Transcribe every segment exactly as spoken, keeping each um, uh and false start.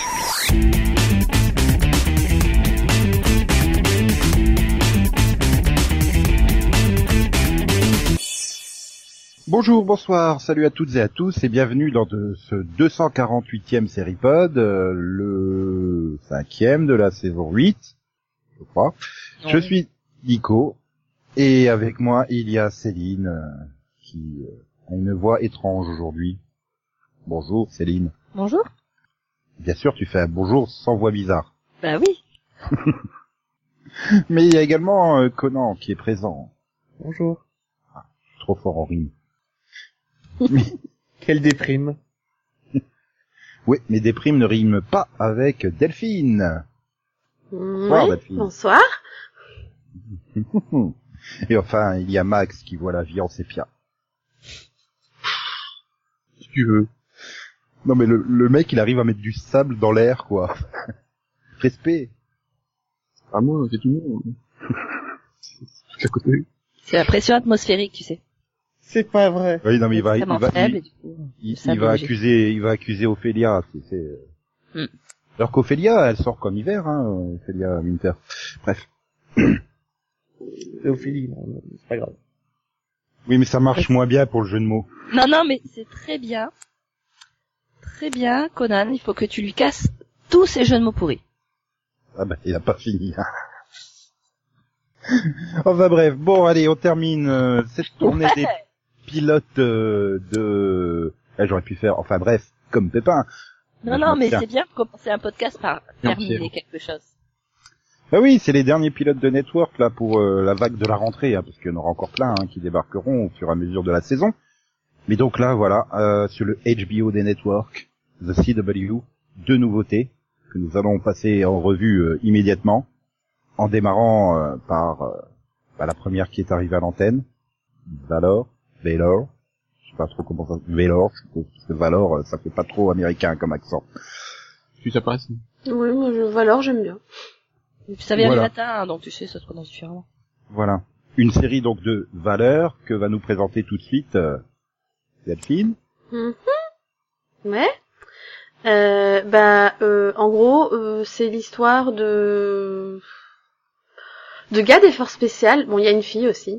Bonjour, bonsoir, salut à toutes et à tous et bienvenue dans de ce deux cent quarante-huitième Séripod, euh, le cinquième de la saison huit, je crois. Non. Je suis Nico et avec moi il y a Céline euh, qui euh, a une voix étrange aujourd'hui. Bonjour Céline. Bonjour. Bien sûr, tu fais un bonjour sans voix bizarre. Bah oui. Mais il y a également euh, Conan qui est présent. Bonjour. Ah, trop fort en rime. Quelle déprime. Oui, mais déprime ne rime pas avec Delphine. Bonsoir, oui, Delphine. Bonsoir. Et enfin, il y a Max qui voit la vie en sépia. Si tu veux. Non mais le, le mec, il arrive à mettre du sable dans l'air, quoi. Respect. Ah moi, c'est tout le monde. C'est à côté. C'est la pression atmosphérique, tu sais. C'est pas vrai. Oui, non mais il va, il va, il, il, il va accuser, il va accuser Ophélia. C'est, c'est... Mm. Alors qu'Ophélia, elle sort comme hiver, hein, Ophélia Winter. Bref. C'est Ophélie, c'est pas grave. Oui, mais ça marche moins bien pour le jeu de mots. Non, non, mais c'est très bien. Très bien, Conan, il faut que tu lui casses tous ces jeux de mots pourris. Ah bah, il a pas fini, hein. Enfin bref, bon, allez, on termine euh, cette tournée des pilotes euh, de... Eh, j'aurais pu faire, enfin bref, comme Pépin. Non, non, mais c'est bien de commencer un podcast par terminer quelque chose. Bah oui, c'est les derniers pilotes de Network, là, pour euh, la vague de la rentrée, hein, parce qu'il y en aura encore plein hein, qui débarqueront au fur et à mesure de la saison. Mais donc là, voilà, euh, sur le H B O des Network, The C W, deux nouveautés que nous allons passer en revue euh, immédiatement, en démarrant euh, par euh, bah, la première qui est arrivée à l'antenne, Valor, Valor, je sais pas trop comment ça, Valor, je suppose, parce que Valor, ça fait pas trop américain comme accent. Tu ça passe? Oui, moi, je, Valor, j'aime bien. Et puis ça vient voilà. Le matin, hein, donc tu sais, ça se prononce différemment. Voilà. Une série donc de valeurs que va nous présenter tout de suite euh, Delphine. Mm-hmm. Ouais. Euh, bah, euh, en gros, euh, c'est l'histoire de de gars des forces spéciales. Bon, il y a une fille aussi.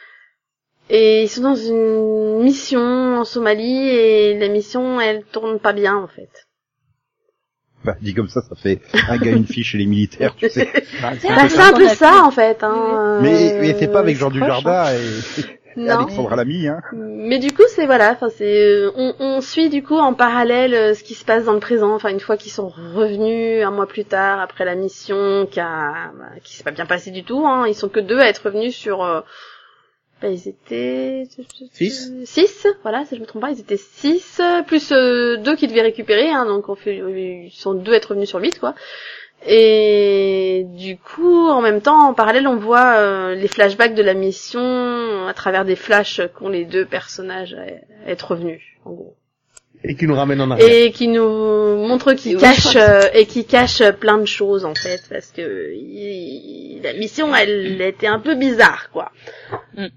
Et ils sont dans une mission en Somalie et la mission, elle tourne pas bien en fait. Bah, dit comme ça, ça fait un gars, une fille chez les militaires, tu sais. Bah, c'est un peu, c'est un peu ça en fait. Hein. Mais, mais c'est pas avec Jean Dujardin et, et Alexandra Lamy, hein. Mais du coup, c'est voilà, enfin c'est, on, on suit du coup en parallèle ce qui se passe dans le présent. Enfin, une fois qu'ils sont revenus un mois plus tard après la mission qui a, bah, qui s'est pas bien passée du tout. Hein. Ils sont que deux à être revenus sur. Euh, Bah, ils étaient six. Six, voilà, si je me trompe pas, ils étaient six plus euh, deux qui devaient récupérer, hein, donc on fait, ils sont deux à être revenus sur huit, quoi. Et du coup, en même temps, en parallèle, on voit euh, les flashbacks de la mission à travers des flashs qu'ont les deux personnages à être revenus, en gros. Et qui nous ramènent en arrière. Et qui nous montrent qu'ils cachent euh, et qui cachent plein de choses en fait, parce que il, la mission, elle était un peu bizarre, quoi. Mm.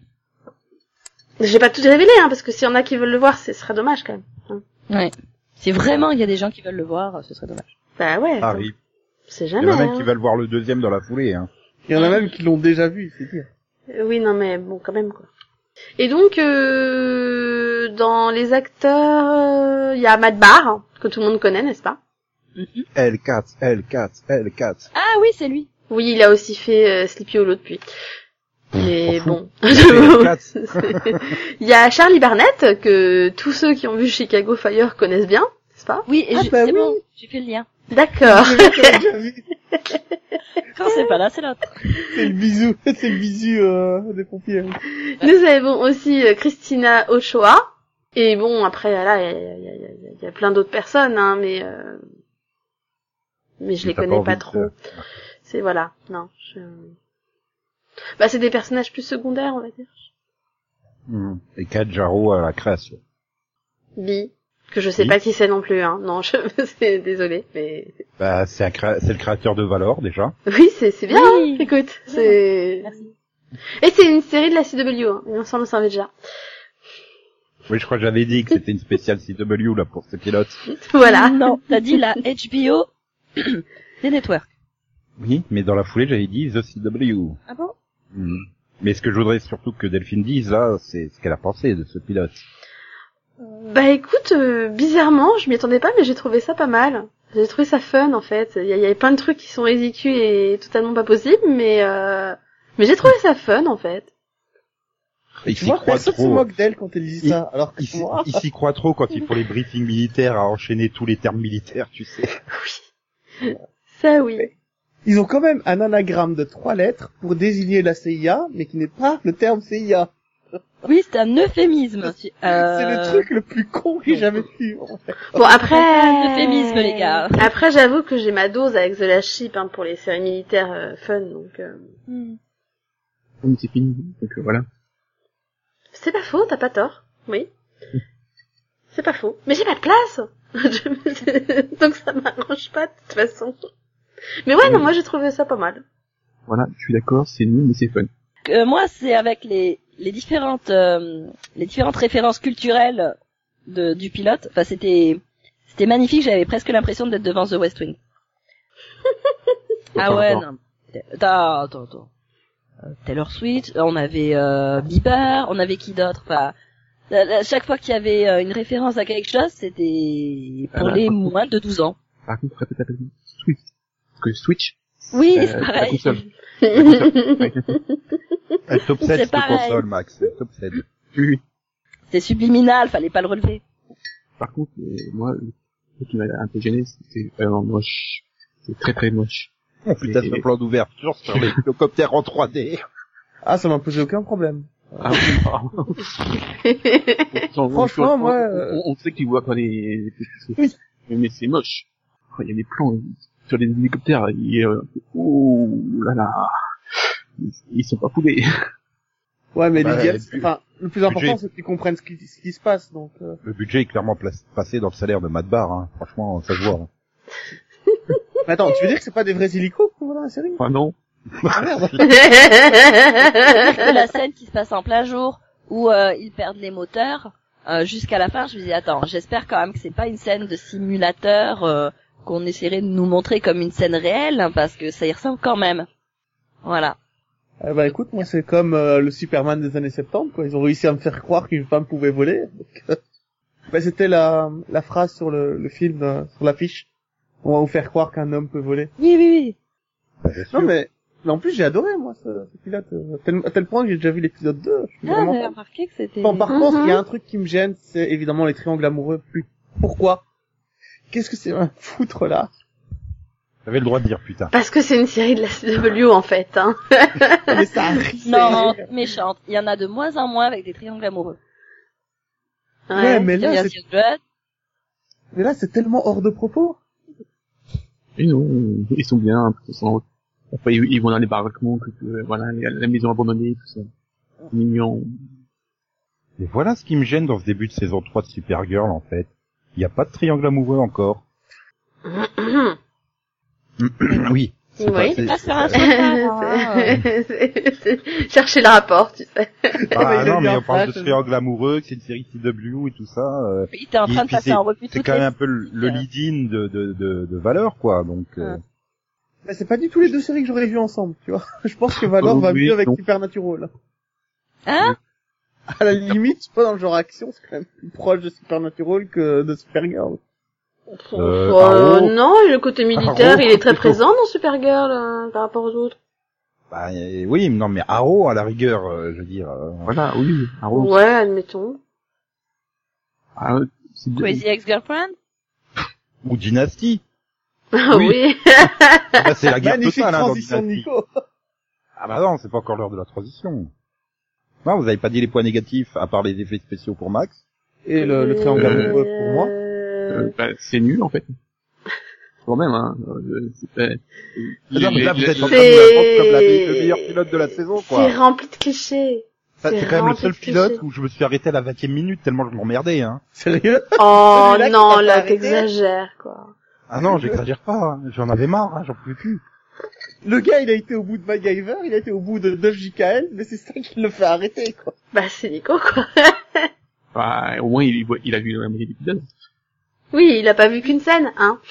J'ai pas tout révélé, hein, parce que s'il y en a qui veulent le voir, ce serait dommage quand même. Hein. Ouais. Si vraiment il y a des gens qui veulent le voir, ce serait dommage. Bah ouais. Ah oui. C'est jamais. Il y en a même hein. qui veulent voir le deuxième dans la foulée, hein. Il y en a même qui l'ont déjà vu, c'est dire. Oui, non mais bon, quand même quoi. Et donc, euh, dans les acteurs, il euh, y a Matt Barr, que tout le monde connaît, n'est-ce pas? Mm-hmm. L quatre, L quatre, L quatre. Ah oui, c'est lui. Oui, il a aussi fait euh, Sleepy Hollow depuis. Mais bon. Il y a Charlie Barnett, que tous ceux qui ont vu Chicago Fire connaissent bien, n'est-ce pas? Oui, et ah, je, bah c'est oui. bon, j'ai fait le lien. D'accord. Quand c'est pas là, c'est l'autre. C'est le bisou, c'est le bisou euh, des pompiers. Nous avons aussi euh, Christina Ochoa. Et bon, après, là, il y a, y, a, y, a, y a plein d'autres personnes, hein, mais euh, mais je mais les connais pas, pas trop. De... C'est voilà, non. Je... Bah, c'est des personnages plus secondaires, on va dire. Mmh. Et Kajaro à la création. Bi. Que je sais oui. pas qui c'est non plus, hein. Non, je c'est désolé, mais. Bah, c'est un cré... c'est le créateur de Valor, déjà. Oui, c'est, c'est bien, oui. hein. Écoute, c'est. Merci. Et c'est une série de la C W, hein. Il me semble que ça en est déjà. Oui, je crois que j'avais dit que c'était une spéciale C W, là, pour ces pilotes. Voilà. Non, t'as dit la H B O des networks. Oui, mais dans la foulée, j'avais dit The C W. Ah bon? Mm. Mais ce que je voudrais surtout que Delphine dise, là, c'est ce qu'elle a pensé de ce pilote. Bah écoute, euh, bizarrement, je m'y attendais pas, mais j'ai trouvé ça pas mal. J'ai trouvé ça fun, en fait. Il y, y avait plein de trucs qui sont ridicules et totalement pas possibles, mais euh... mais j'ai trouvé ça fun, en fait. Il Tu s'y vois, croit personne se trop. moque d'elle quand elle dit Il- ça, alors que Il s'y moi... il s'y croit trop quand il faut les briefings militaires à enchaîner tous les termes militaires, tu sais. Ça, oui. Ils ont quand même un anagramme de trois lettres pour désigner la C I A, mais qui n'est pas le terme C I A. Oui, c'est un euphémisme. Euh... C'est le truc le plus con que j'ai jamais vu, en fait. Bon, après... Un euphémisme, les gars. Après, j'avoue que j'ai ma dose avec The Last Ship, hein, pour les séries militaires euh, fun, donc... Euh... Hmm. Comme c'est fini, donc euh, voilà. C'est pas faux, t'as pas tort. Oui. C'est pas faux. Mais j'ai pas de place. Je- Donc ça m'arrange pas de toute façon. Mais ouais, non, moi j'ai trouvé ça pas mal. Voilà, je suis d'accord, c'est nul, mais c'est fun. Euh, moi, c'est avec les les différentes euh, les différentes références culturelles de du pilote. Enfin, c'était c'était magnifique. J'avais presque l'impression d'être devant The West Wing. Ah ouais, non. Attends, attends, attends. Euh, Taylor Swift, on avait euh, Bieber, on avait qui d'autre. Enfin, la- la- chaque fois qu'il y avait euh, une référence à quelque chose, c'était pour Ah, les par moins de douze ans. Par contre, répète la Switch. Parce que Switch, Oui, euh, c'est la pareil. console. La console. Avec la- Elle t'obsède C'est cette pareil. console, Max. Elle t'obsède. Oui, oui. C'est subliminal, fallait pas le relever. Par contre, euh, moi, le truc qui m'a un peu gêné, c'était vraiment moche. C'est très très moche. Oh putain, Et- ce plan d'ouverture sur les hélicoptères en trois D. Ah, ça m'a posé aucun problème. Ah, oui. Franchement, on, moi, on, euh, on, on sait que tu vois pas les, les petits- Oui. mais, mais c'est moche. Oh, il y a des plans sur les hélicoptères, il, euh, oh là là, ils, ils sont pas foulés. Ouais, mais Bah, l'idéal, le c'est- but- enfin, le plus important, budget. c'est qu'ils comprennent ce qui, ce qui se passe, donc, euh... Le budget est clairement place- passé dans le salaire de Matt Barr, hein. Franchement, ça se voit. hein. Mais attends, tu veux dire que c'est pas des vrais hélicos qu'on voit dans la série? Ah non. Ah merde. De la scène qui se passe en plein jour où euh, ils perdent les moteurs euh, jusqu'à la fin, je me dis attends, j'espère quand même que c'est pas une scène de simulateur euh, qu'on essaierait de nous montrer comme une scène réelle, hein, parce que ça y ressemble quand même. Voilà. Eh bah écoute, moi c'est comme euh, le Superman des années soixante-dix, quoi. Ils ont réussi à me faire croire qu'une femme pouvait voler. Donc, euh, bah, c'était la, la phrase sur le, le film, euh, sur l'affiche. On va vous faire croire qu'un homme peut voler. Oui, oui, oui. Bah, bien Non sûr. mais, mais en plus j'ai adoré moi ce, ce pilote, euh, à tel, à tel point que j'ai déjà vu l'épisode deux. Je suis Ah, vraiment j'avais fan. remarqué que c'était... Bon, par contre, Mhm. il y a un truc qui me gêne, c'est évidemment les triangles amoureux. Plus. Pourquoi? Qu'est-ce que c'est un foutre là? J'avais le droit de dire putain. Parce que c'est une série de la C W en fait, hein. Mais ça arrive. Non, méchante. Il y en a de moins en moins avec des triangles amoureux. Ouais, mais là, Victoria's c'est, Secret, mais là, c'est tellement hors de propos. Et non, ils sont bien, ils sont, après ils, ils vont dans les baraquements, que, euh, voilà, la, la maison abandonnée, tout ça. Mignon. Et voilà ce qui me gêne dans ce début de saison trois de Supergirl, en fait. Il n'y a pas de triangle amoureux encore. Oui. C'est Oui. c'est- pas sur un sofa. hein. C'est- c'est- Chercher le rapport, tu sais. Ah il a non, dit mais un on parle de flash. triangle amoureux, que c'est une série C W et tout ça. euh, Il était en train de puis passer en revue C'est toutes quand les... même un peu le, le lead-in de, de, de, de valeur, quoi. Donc, euh, Ah. Mais c'est pas du tout les deux séries que j'aurais vues ensemble, tu vois. Je pense que Valor Oh, va oui, mieux avec non. Supernatural. Hein? À la limite, je sais pas, dans le genre action, c'est quand même plus proche de Supernatural que de Supergirl. Euh, Euh, Arrow. non, et le côté militaire, Arrow, il est très plutôt. présent dans Supergirl euh, par rapport aux autres. bah, euh, oui, non, mais Arrow, à la rigueur, euh, je veux dire. euh, Voilà, oui, Arrow. Ouais, admettons. Ah, euh, c'est bien. Crazy Ex-Girlfriend? Ou Dynasty. Ah Oui. oui. Bah, c'est la guerre Magnifique totale, hein, dans transition de Dynasty. Nico. Ah bah non, c'est pas encore l'heure de la transition. Non, vous avez pas dit les points négatifs, à part les effets spéciaux pour Max. Et le, le triangle Euh, amoureux pour moi. Euh, bah, c'est nul, en fait. Quand même, hein. Euh, c'est pas... Non, mais là, vous les- êtes en les- train de C'est- me la vendre comme la, le meilleur pilote de la saison, C'est quoi. rempli de clichés. Ça, c'est c'est quand même le rempli seul de pilote clichés. où je me suis arrêté à la vingtième minute tellement je m'emmerdais, hein. Sérieux? Oh Celui-là qui non, t'a pas là arrêté. t'exagères, quoi. Ah non, j'exagère pas, hein. J'en avais marre, hein, j'en pouvais plus. Le gars, il a été au bout de MacGyver, il a été au bout de, de J K L, mais c'est ça qui le fait arrêter, quoi. Bah c'est Nico, quoi. Bah, au moins, il, il a vu la moitié de l'épisode. Oui, il a pas vu qu'une scène, hein.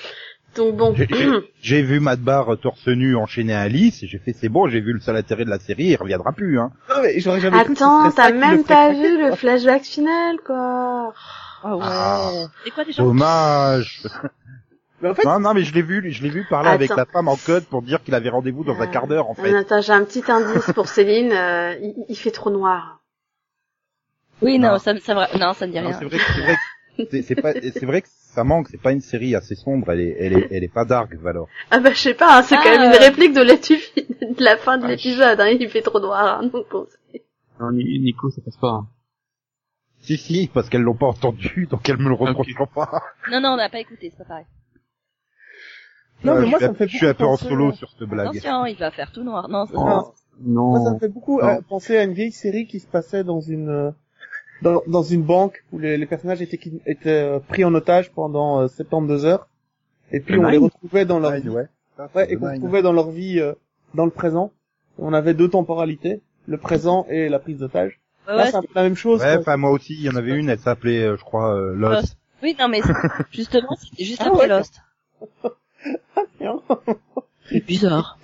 Donc bon. J'ai, j'ai, j'ai vu Matt Barr torse nu enchaîner un lys et j'ai fait c'est bon, j'ai vu le seul intérêt de la série, il reviendra plus, hein. Non, mais j'aurais jamais cru que ce Attends, serait ça t'as qui même le ferait pas craquer, vu le quoi. flashback final, quoi. Ah ouais. Ah. C'est quoi déjà? Dommage. Mais en fait, Non, non, mais je l'ai vu, je l'ai vu parler avec Attends. la femme en code pour dire qu'il avait rendez-vous dans un quart d'heure, en fait. Euh, Attends, j'ai un petit indice pour Céline, euh, il, il fait trop noir. Oui, non, Non. ça, me- ça, me- non, ça me dit Non, rien. c'est vrai que, c'est vrai que, c'est, c'est pas, c'est vrai que ça manque, c'est pas une série assez sombre, elle est, elle est, elle est pas dark, Valor. Ah bah je sais pas, hein, c'est Ah, quand même euh. une réplique de, l'étu- de la fin de Ah, l'épisode, hein, il fait trop noir, hein, donc bon, c'est- Non, Ni- Nico, ça passe pas. hein. Si, si, parce qu'elles l'ont pas entendu, donc elles me le reprocheront pas. Non, non, on n'a pas écouté, c'est pas pareil. Non, Ouais, mais je moi, suis ça un- me fait Je suis un peu beaucoup en penser, solo euh, sur cette blague. Attention, il va faire tout noir. Non, ça, Oh, non. moi, ça me non. fait beaucoup Non. euh, penser à une vieille série qui se passait dans une euh, dans, dans une banque où les, les personnages étaient qui- étaient euh, pris en otage pendant euh, soixante-douze heures et puis The on les Nine retrouvait dans leur Nine, vie, ouais. ouais, et qu'on retrouvait dans leur vie euh, dans le présent. On avait deux temporalités, le présent et la prise d'otage. Ouais, Là, ouais, c'est un peu la même chose. Ouais, quoi. enfin, moi aussi, il y en avait une, elle s'appelait, euh, je crois, euh, Lost. Lost. Oui, non, mais justement, c'était juste Ah après ouais, Lost. Tiens. C'est bizarre.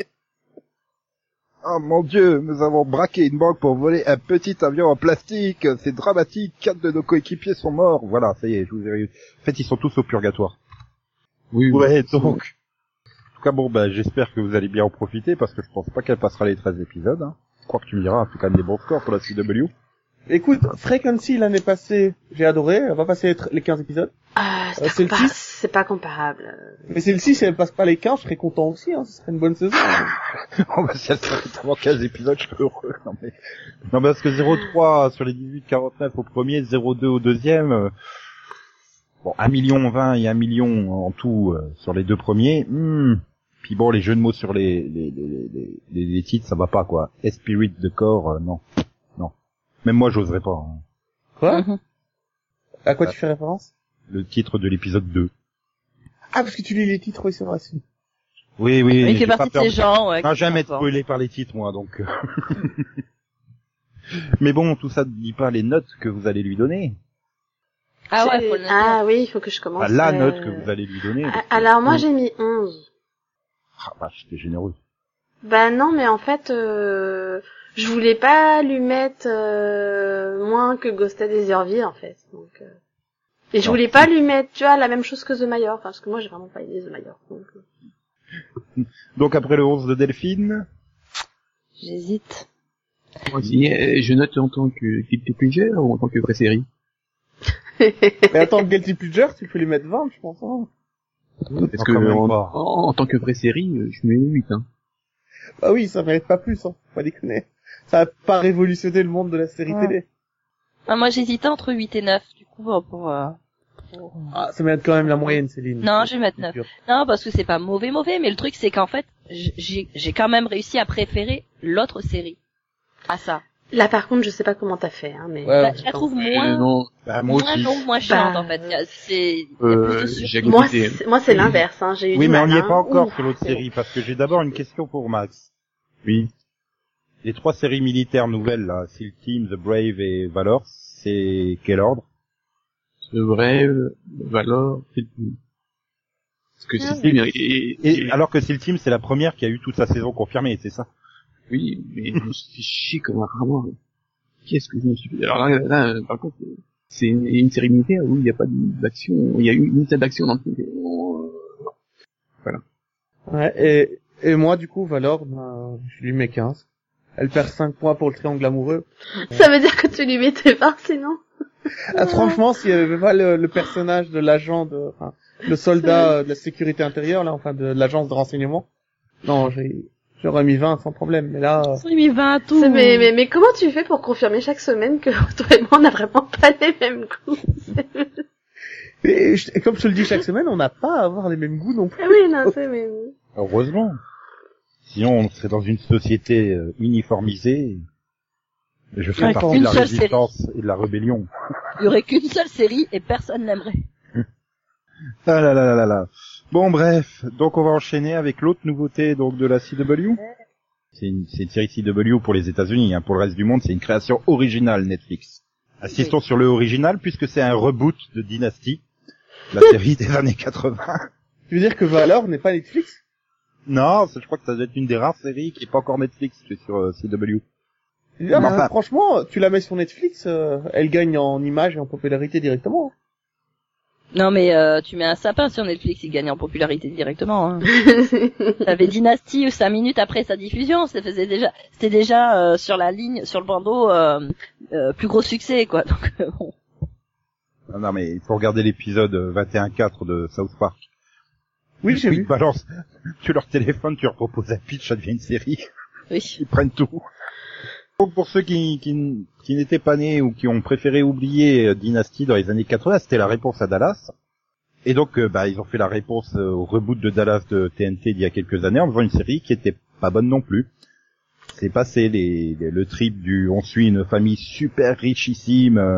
Oh mon dieu, nous avons braqué une banque pour voler un petit avion en plastique, c'est dramatique, quatre de nos coéquipiers sont morts. Voilà, ça y est, je vous ai réussi. En fait, ils sont tous au purgatoire. Oui, oui. Ouais, donc. En tout cas, bon, bah, j'espère que vous allez bien en profiter, parce que je pense pas qu'elle passera les treize épisodes, hein. Je crois que tu me diras, c'est quand même des bons scores pour la C W. Écoute, Frequency l'année passée, j'ai adoré. Elle va passer les tr- les quinze épisodes. Ah, c'est, Euh, pas c'est le compa- six. c'est pas comparable. Mais c'est le six, si elle passe pas les quinze, je serais content aussi. Hein. Ce serait une bonne saison. Oh, bah, si elle fait avant quinze épisodes, je serais heureux. Non, mais, non, mais parce que zéro virgule trois sur les dix-huit quarante-neuf au premier, zéro virgule deux au deuxième, euh... bon, un million vingt et un million en tout euh, sur les deux premiers, hmm. Puis bon, les jeux de mots sur les, les, les, les, les, les titres, ça va pas, quoi. Spirit de corps, euh, non. Non. Même moi, j'oserais pas. Hein. Quoi? Mhm. À quoi tu fais référence? Le titre de l'épisode deux. Ah, parce que tu lis les titres, oui, c'est vrai. si. Oui, oui. Il j'ai fait pas partie de peur ces gens, ouais. Non, qui jamais être sont forts. spoilé par les titres, moi, donc. euh. Mais bon, tout ça ne dit pas les notes que vous allez lui donner. Ah ouais, J'ai- faut le noter. Ah oui, il faut que je commence. Enfin, la euh, note que vous allez lui donner. ah, parce que- Alors moi Oui. j'ai mis onze. Ah, vache, t'es généreux. Bah non, mais en fait, euh, je voulais pas lui mettre euh, moins que Ghosted et Zerville, en fait. Donc, euh... Et je Non. voulais pas lui mettre, tu vois, la même chose que The Mayor, enfin, parce que moi j'ai vraiment pas aimé The Mayor. Donc, euh. Donc après le onze de Delphine, J'hésite. Moi aussi, euh, je note en tant que guilty pleasure ou en tant que vraie série. Mais attends, Guilty Pleasure, tu peux lui mettre vingt, je pense. Hein. Parce que quand même en, pas. en, en tant que vraie série, euh, je mets huit. Hein. Bah oui, ça mérite pas plus, hein. Faut pas déconner. Ça a pas révolutionné le monde de la série Ouais. télé. Ah, moi, j'hésitais entre huit et neuf, du coup, bon, pour, euh, pour- Ah, ça mérite quand même la moyenne, Céline. Non, je vais mettre C'est neuf. sûr. Non, parce que c'est pas mauvais, mauvais, mais le truc, c'est qu'en fait, j'ai, j'ai quand même réussi à préférer l'autre série. À ça. Là par contre, je sais pas comment t'as fait, hein, mais. Ouais, Bah, je la trouve Euh, moins, non, bah, moi moins aussi. longue, moins chiante, Bah, en fait. Il y a- C'est, il y a Euh, plus de j'ai surprise. Moi, écouté. c'est, moi c'est l'inverse, hein. J'ai eu Oui, du mais on mal, n'y est hein. pas encore Ouh, sur l'autre c'est série, parce que j'ai d'abord une question pour Max. oui. Les trois séries militaires nouvelles, là, SEAL Team, The Brave et Valor, c'est quel ordre? C'est vrai, euh, Valor, c'est tout. Parce que Ah, c'est et, et, Et alors que SEAL Team, c'est la première qui a eu toute sa saison confirmée, c'est ça? oui, mais je me suis fait chier comme un rat. Qu'est-ce que je me suis fait... Alors là, là, euh, par contre, euh, c'est une, une série militaire où il n'y a pas d'action, il y a une unité d'action dans le film. Euh, Ouais, et, et moi, du coup, Valor, ben, je lui mets quinze. Elle perd cinq points pour le triangle amoureux. Ça veut dire que tu lui mettais vingt, sinon? Ah, franchement, s'il y avait pas le, le personnage de l'agent de, enfin, le soldat euh, de la sécurité intérieure, là, enfin, de, de l'agence de renseignement, non, j'ai, j'aurais mis vingt sans problème, mais là, euh, Ils ont mis vingt à tout. C'est- Mais, mais, mais comment tu fais pour confirmer chaque semaine que toi et moi on n'a vraiment pas les mêmes goûts? et, je- et comme je te le dis chaque semaine, on n'a pas à avoir les mêmes goûts non plus. Ah oui, non, c'est, mais... Heureusement. Sinon, on serait dans une société euh, uniformisée. Et je fais Ouais, partie une de la seule résistance et de la rébellion. Il y aurait qu'une seule série et personne l'aimerait. Ah là là là là là. Bon, bref. Donc, on va enchaîner avec l'autre nouveauté, donc, de la C W. C'est une, c'est une série C W pour les États-Unis, hein. Pour le reste du monde, c'est une création originale Netflix. Assistons sur le original, puisque c'est un reboot de Dynasty, la série des années quatre-vingts. Tu veux dire que Valor n'est pas Netflix? Non, ça, je crois que ça doit être une des rares séries qui est pas encore Netflix, qui est sur euh, C W. Ah, Non, bah, enfin- franchement, tu la mets sur Netflix, euh, elle gagne en image et en popularité directement. Non mais euh, tu mets un sapin sur Netflix, il gagne en popularité directement. Hein. T'avais Dynasty cinq minutes après sa diffusion, ça faisait déjà, c'était déjà euh, sur la ligne, sur le bandeau, euh, euh, plus gros succès quoi. Donc euh, bon. Non, non, mais il faut regarder l'épisode vingt et un quatre de South Park. Oui, j'ai Ils vu. balancent, tu leur téléphones, tu leur proposes un pitch, ça devient une série. Oui. Ils prennent tout. Donc pour ceux qui, qui, qui n'étaient pas nés ou qui ont préféré oublier euh, Dynasty dans les années quatre-vingts, c'était la réponse à Dallas. Et donc, euh, bah, ils ont fait la réponse euh, au reboot de Dallas de T N T d'il y a quelques années en faisant une série qui était pas bonne non plus. C'est passé les, les- le trip du on suit une famille super richissime euh,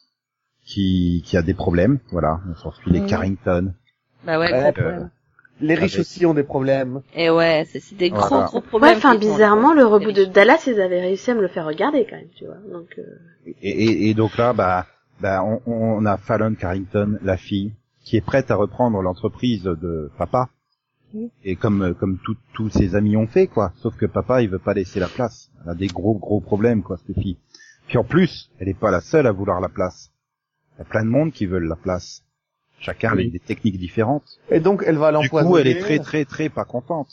qui, qui a des problèmes, voilà. On s'en suit les Mhm. Carrington. Bah ouais, Ouais, gros euh, problème. Les riches Avec- aussi ont des problèmes. Et ouais, c'est c'est des gros Voilà. gros Ouais, problèmes. enfin, qu'ils ont, bizarrement, les le reboot de riches. Dallas, ils avaient réussi à me le faire regarder, quand même, tu vois. Donc, euh... Et, et, et donc là, bah, bah, on, on a Fallon Carrington, la fille, qui est prête à reprendre l'entreprise de papa. Et comme comme tout- tous ses amis ont fait, quoi. Sauf que papa, il veut pas laisser la place. Elle a des gros gros problèmes, quoi, cette fille. Puis en plus, elle est pas la seule à vouloir la place. Il y a plein de monde qui veulent la place. Chacun Oui. avec des techniques différentes. Et donc, elle va Du l'empoisonner. coup, elle est très très très pas contente.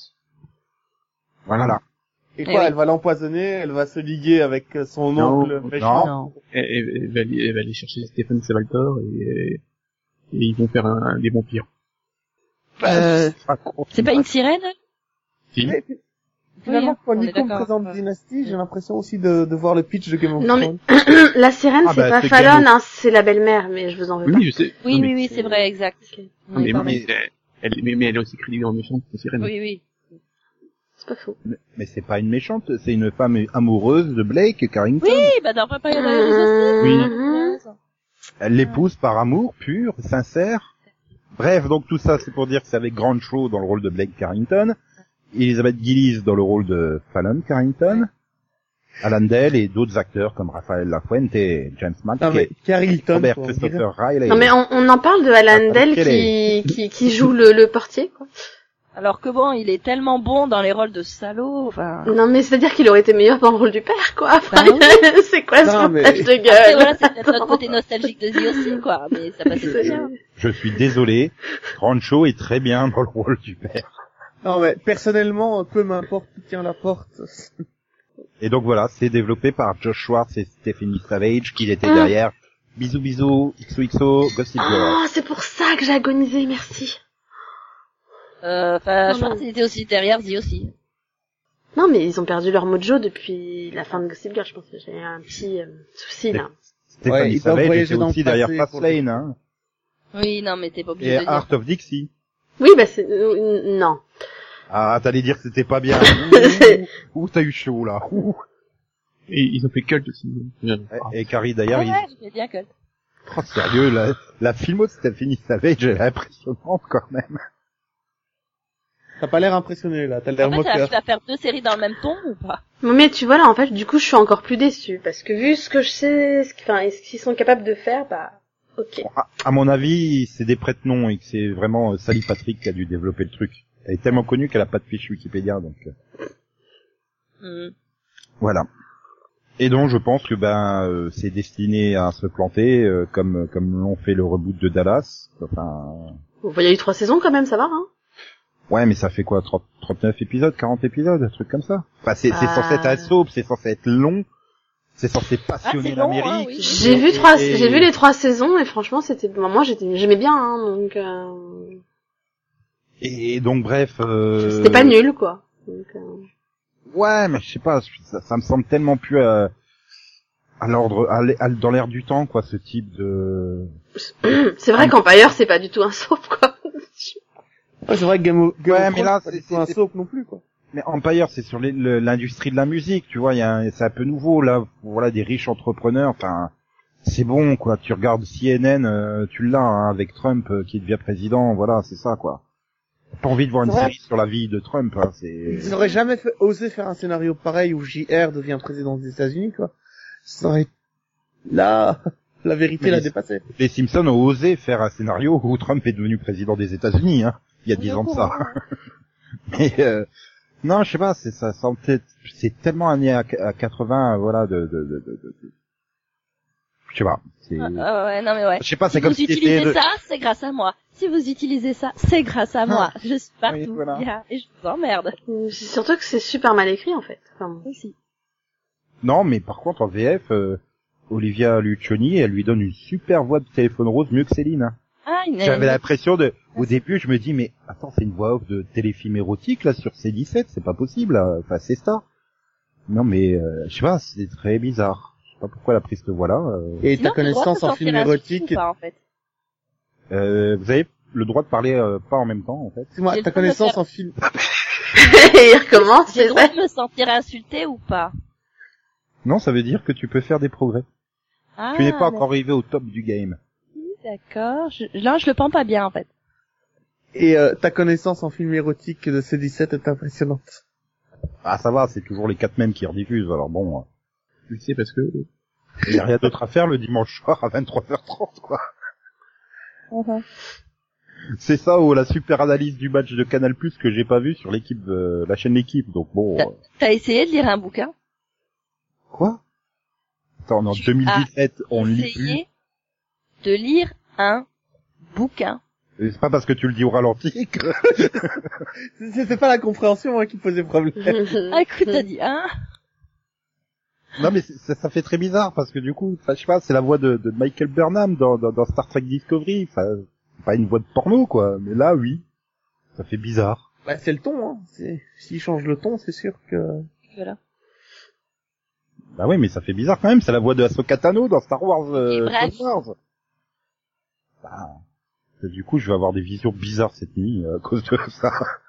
Voilà. Et Eh quoi, oui. elle va l'empoisonner, elle va se liguer avec son Non, oncle non. méchant. Non. Elle, elle- elle va aller, elle va aller chercher Stephen Salvatore et, et ils vont faire un, un des vampires. Euh, Pas con. c'est pas une sirène? Si. Mais, finalement, Oui, quand on est Nico me d'accord. présente Dynasty, j'ai l'impression aussi de, de voir le pitch de Game of Non, Thrones. la sirène, Ah, c'est bah, pas c'est Fallon, Game of- hein, c'est la belle-mère, mais je vous en veux Oui, je sais. Oui, Non, mais- oui, oui, c'est vrai, exact. Ok. On non, est mais, pas mais, mal. elle, mais, mais elle est aussi crédible en méchante, c'est Sirène. Oui, oui. C'est pas faux. Mais, mais c'est pas une méchante, c'est une femme amoureuse de Blake Carrington. Oui, bah dans Vampire Diaries aussi. Oui. Elle l'épouse par amour pur, sincère. Bref, donc tout ça, c'est pour dire que c'est avec Grant Shaw dans le rôle de Blake Carrington, Elizabeth Gillies dans le rôle de Fallon Carrington, Alan Dale et d'autres acteurs comme Raphaël Lafuente, James Non, mais McKay, Carrington, Robert quoi, on dirait. Christopher Riley. Non, mais on, on en parle de Ah, Alan Dale quel qui, qui, qui joue le, le portier, quoi. Alors que bon, il est tellement bon dans les rôles de salaud, enfin... Non, mais c'est-à-dire qu'il aurait été meilleur dans le rôle du père, quoi. Enfin, Bah c'est quoi Non, ce mais- foutage de Après, gueule? voilà, c'est peut-être notre côté nostalgique de The aussi, quoi, mais ça passait très bien. Je suis désolé, Grant Shaw est très bien dans le rôle du père. Non, mais personnellement, peu m'importe qui tient la porte. Et donc voilà, c'est développé par Josh Schwartz et Stephanie Savage, qui étaient Ah. derrière Bisous Bisous, X O X O, Gossip Girl. Oh, c'est pour ça que j'ai agonisé, merci. Euh, enfin, Non, je pense non. qu'il était aussi derrière The aussi. Non, mais ils ont perdu leur mojo depuis la fin de Gossip Girl, je pense que j'ai un petit euh, souci, là. Stéphanie Ouais, ils doivent Savage voyager était dans le aussi derrière passé pour Fastlane, hein. Oui, non, mais t'es pas obligé Et de le dire. Art of Dixie. Oui, bah c'est... euh, non. Ah, t'allais dire que c'était pas bien. Ouh, ouh, t'as eu chaud, là. Ouh. Et ils ont fait Cult aussi. Et, et Carrie, Ouais, d'ailleurs, ouais, ils... j'ai bien que... Oh, sérieux, la, la filmo de Stephanie Savage, elle est impressionnante, quand même. T'as pas l'air impressionné, là. T'as l'air En fait, moqueur. tu vas faire deux séries dans le même ton ou pas? Mais tu vois, là, en fait, du coup, je suis encore plus déçue, parce que vu ce que je sais, ce qu'- enfin, et ce qu'ils sont capables de faire, bah, ok. À, à mon avis, c'est des prête-noms et que c'est vraiment euh, Sally Patrick qui a dû développer le truc. Elle est tellement connue qu'elle a pas de fiche Wikipédia, donc euh, Hmm. voilà. Et donc, je pense que ben euh, c'est destiné à se planter, euh, comme comme l'ont fait le reboot de Dallas. Enfin, Bon, il y a eu trois saisons quand même, ça va, hein. ouais, mais ça fait quoi, trente, trente-neuf épisodes, quarante épisodes, un truc comme ça. Enfin, c'est c'est Ah. censé être un soap, c'est censé être long, c'est censé passionner Ah, c'est long, l'Amérique. hein, oui. J'ai Et- vu trois, et- j'ai vu les trois saisons, et franchement, c'était, moi, j'étais, j'aimais bien, hein, donc, euh... Et donc, bref. Euh... c'était pas nul, quoi. Donc, euh... Ouais, mais je sais pas, ça, ça me semble tellement plus à, à l'ordre, à l'- à l- dans l'air du temps, quoi, ce type de. c'est vrai qu'Empire, c'est pas du tout un soap, quoi. Ouais, c'est vrai que Game of, Game Ouais, of mais Thrones, là, c'est pas c'est- du tout un c'est- soap non plus, quoi. Mais Empire, c'est sur les- le- l'industrie de la musique, tu vois, il y a, un- c'est un peu nouveau là, voilà, des riches entrepreneurs. Enfin, c'est bon, quoi. Tu regardes C N N, euh, tu l'as hein, avec Trump euh, qui devient président, voilà, c'est ça, quoi. T'as pas envie de voir une C'est vrai. série sur la vie de Trump, hein, c'est. Ils auraient jamais fait, osé faire un scénario pareil où J R devient président des États-Unis, quoi. Ça aurait... Là, la vérité Mais l'a les- dépassé. Les Simpsons ont osé faire un scénario où Trump est devenu président des États-Unis, hein. il y a dix ans de ça. Mais euh, non, je sais pas, c'est ça semble être, c'est tellement années à, à quatre-vingts, voilà, de, de, de, de, de, de... je sais pas. C'est... Ah, ah ouais, non mais ouais. Je sais pas, si c'est comme vous si utilisez c'était... ça, c'est grâce à moi. Si vous utilisez ça, c'est grâce à moi. Je suis partout. Oui, voilà. Yeah, et je vous emmerde. Euh, C'est surtout que c'est super mal écrit en fait. Enfin, Aussi. Non, mais par contre, en V F, euh, Olivia Lucioni, elle lui donne une super voix de téléphone rose mieux que Céline. Ah, une... J'avais l'impression de, au début, je me dis, mais attends, c'est une voix off de téléfilm érotique, là, sur C dix-sept, c'est pas possible, là. Enfin, c'est ça. Non, mais, euh, je sais pas, c'est très bizarre. Je sais pas pourquoi elle a pris cette voix-là. Euh... Et Sinon, ta connaissance en film érotique, ou pas, en fait. Euh, vous avez le droit de parler euh, pas en même temps, en fait. excuse-moi, J'ai ta le droit de connaissance faire- en film, il recommence, J'ai c'est le droit vrai. de me sentir insulté ou pas? Non, ça veut dire que tu peux faire des progrès. Ah, tu n'es pas mais- encore arrivé au top du game. D'accord. Je... Là, je le prends pas bien, en fait. et euh, ta connaissance en film érotique de C dix-sept est impressionnante. Ah, ça va, c'est toujours les quatre mêmes qui rediffusent, alors bon, euh, Tu le sais parce que... il y a rien d'autre à faire le dimanche soir à vingt-trois heures trente, quoi. Uh-huh. C'est ça ou la super analyse du match de Canal+ que j'ai pas vu sur l'équipe, euh, la chaîne L'équipe, donc bon. T'as- euh, T'as essayé de lire un bouquin? Quoi? Attends, en Tu deux mille dix-sept, as on lit plus. essayé de lire un bouquin. Et c'est pas parce que tu le dis au ralenti que... C'était pas la compréhension hein, qui posait problème. Ah, écoute, t'as dit un. Non mais c'est- ça, ça fait très bizarre parce que du coup, enfin, je sais pas, c'est la voix de, de Michael Burnham dans, dans, dans Star Trek Discovery. Enfin, c'est pas une voix de porno quoi, mais là oui, ça fait bizarre. Bah, c'est le ton, hein. C'est... S'il change le ton, c'est sûr que... Voilà. Bah oui, mais ça fait bizarre quand même. C'est la voix de Ahsoka Tano dans Star Wars. Euh, Et bref. Star Wars. Bah, du coup, je vais avoir des visions bizarres cette nuit euh, à cause de ça.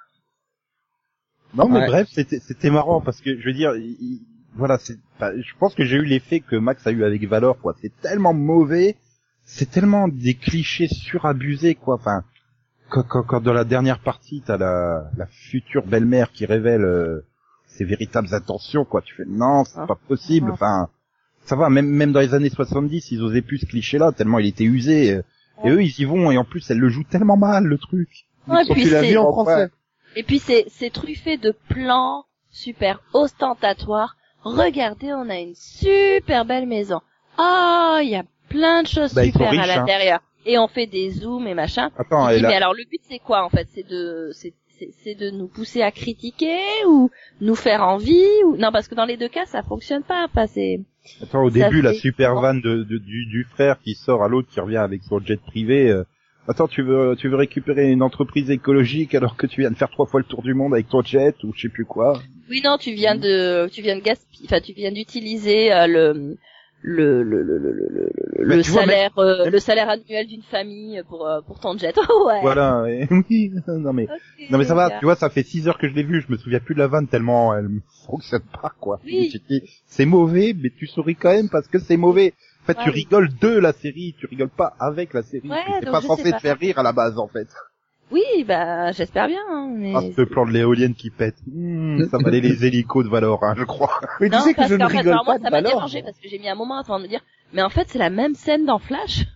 Non mais Ouais. bref, c'était c'était marrant parce que je veux dire, il- il- voilà, c'est, enfin, je pense que j'ai eu l'effet que Max a eu avec Valor quoi. C'est tellement mauvais, c'est tellement des clichés surabusés quoi. Enfin, quand, quand, quand dans la dernière partie t'as la la future belle-mère qui révèle euh, ses véritables intentions quoi, tu fais non, c'est Ah. pas possible. Enfin, ça va, même même dans les années soixante-dix, ils osaient plus ce cliché-là tellement il était usé. euh, Et eux, ils y vont et en plus, elle le joue tellement mal le truc. Ouais, et Quand puis tu l'as c'est- vu en français. Et puis c'est c'est truffé de plans super ostentatoires. Regardez, on a une super belle maison. Oh, il y a plein de choses Bah, ils sont super à riches, hein. l'intérieur. Et on fait des zooms et machin. Attends, Je dis, elle a- mais alors le but c'est quoi en fait? C'est de c'est c'est c'est de nous pousser à critiquer ou nous faire envie ou non, parce que dans les deux cas ça fonctionne pas. Enfin, c'est Attends, au Ça début, la fait- super vanne de, de- du, du frère qui sort à l'autre qui revient avec son jet privé. euh, Attends, tu veux tu veux récupérer une entreprise écologique alors que tu viens de faire trois fois le tour du monde avec ton jet ou je sais plus quoi. oui non, tu viens de tu viens de gaspiller, enfin tu viens d'utiliser euh, le le le le le le, le, Bah, le tu vois, salaire euh, même- le salaire annuel d'une famille pour euh, pour ton jet. Oh, ouais. Voilà. Et, oui. Non mais Ok, non mais ça va. gars. Tu vois, ça fait six heures que je l'ai vu. Je me souviens plus de la vanne tellement elle fonctionne pas quoi. Oui. Tu te dis, c'est mauvais, mais tu souris quand même parce que c'est mauvais. En fait, Ouais, tu oui. rigoles de la série, tu rigoles pas avec la série. Ouais, c'est donc pas je censé sais te pas. faire rire à la base en fait. Oui, bah j'espère bien. Hein, mais Ah, ce plan de l'éolienne qui pète. Hmm, ça valait les hélicos de Valor, hein, je crois. Mais tu non, sais que parce je ne qu'en fait, rigole alors, pas moi, de ça m'a Valor. dérangé parce que j'ai mis un moment avant de me dire, mais en fait c'est la même scène dans Flash.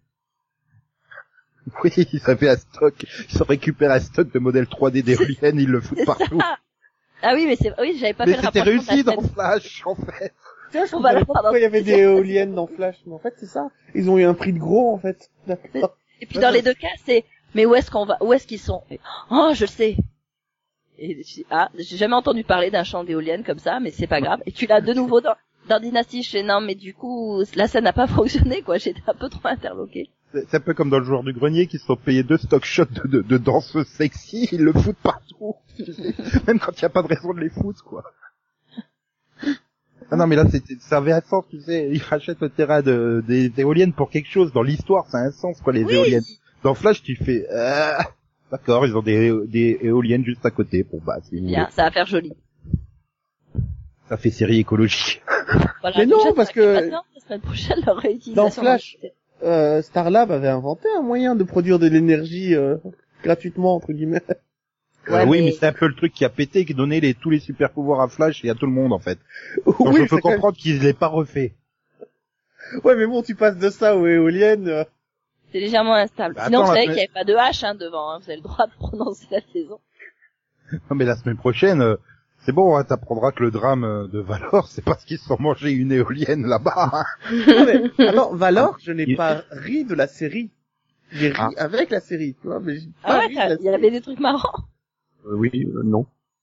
Oui, ils avaient un stock. Ils ont récupéré un stock de modèles trois D d'éoliennes, ils le foutent C'est partout. ça. Ah oui, mais c'est oui, j'avais pas Mais fait le c'était rapprochement de la réussi dans scène. Flash, en fait. Tiens, je On va comprenais le pas voir pourquoi dans il y avait des éoliennes dans Flash. Mais en fait, c'est ça. Ils ont eu un prix de gros, en fait. D'accord. Et puis dans les deux cas, c'est mais où est-ce qu'on va, où est-ce qu'ils sont? Oh, je le sais. Et je dis, ah, j'ai jamais entendu parler d'un champ d'éoliennes comme ça, mais c'est pas grave. Et tu l'as de nouveau dans dans Dynasty. Je fais non, mais du coup, la scène n'a pas fonctionné, quoi. J'étais un peu trop interloquée. C'est c'est un peu comme dans le joueur du grenier qui se sont payés deux stock shots de, de, de danseuses sexy, ils le foutent partout. Tu sais, même quand il n'y a pas de raison de les foutre, quoi. Ah non, mais là, c'était, ça avait un sens, tu sais, ils rachètent le terrain de, des, des éoliennes pour quelque chose. Dans l'histoire, ça a un sens, quoi, les Oui. éoliennes. Dans Flash, tu fais, euh, d'accord, ils ont des, des éoliennes juste à côté. Bon, bah, c'est Bien, ça va faire joli. ça fait série écologique. Voilà, Mais non, déjà, parce ça que- fait maintenant, la semaine prochaine, leur réutilisation. Dans Flash, euh, Starlab avait inventé un moyen de produire de l'énergie euh, gratuitement, entre guillemets. Ouais, Euh, oui, mais- mais c'est un peu le truc qui a pété, qui donnait les, tous les super pouvoirs à Flash et à tout le monde, en fait. Donc oui, je peux c'est quand même- comprendre qu'ils l'aient pas refait. Ouais, mais bon, tu passes de ça aux éoliennes. euh, C'est légèrement instable. Bah, Sinon, attends, vous la savez semaine- qu'il n'y avait pas de H hein, devant. Hein. Vous avez le droit de prononcer la saison. Non, mais la semaine prochaine, euh, c'est bon, hein, t'apprendras que le drame euh, de Valor, c'est parce qu'ils se sont mangés une éolienne là-bas. Hein. Non, mais, attends, Valor, je n'ai Il- pas ri de la série. J'ai ri Ah. avec la série, tu vois, mais j'ai Ah pas ouais, ri de la il y avait série. des trucs marrants. Euh, oui, euh, non.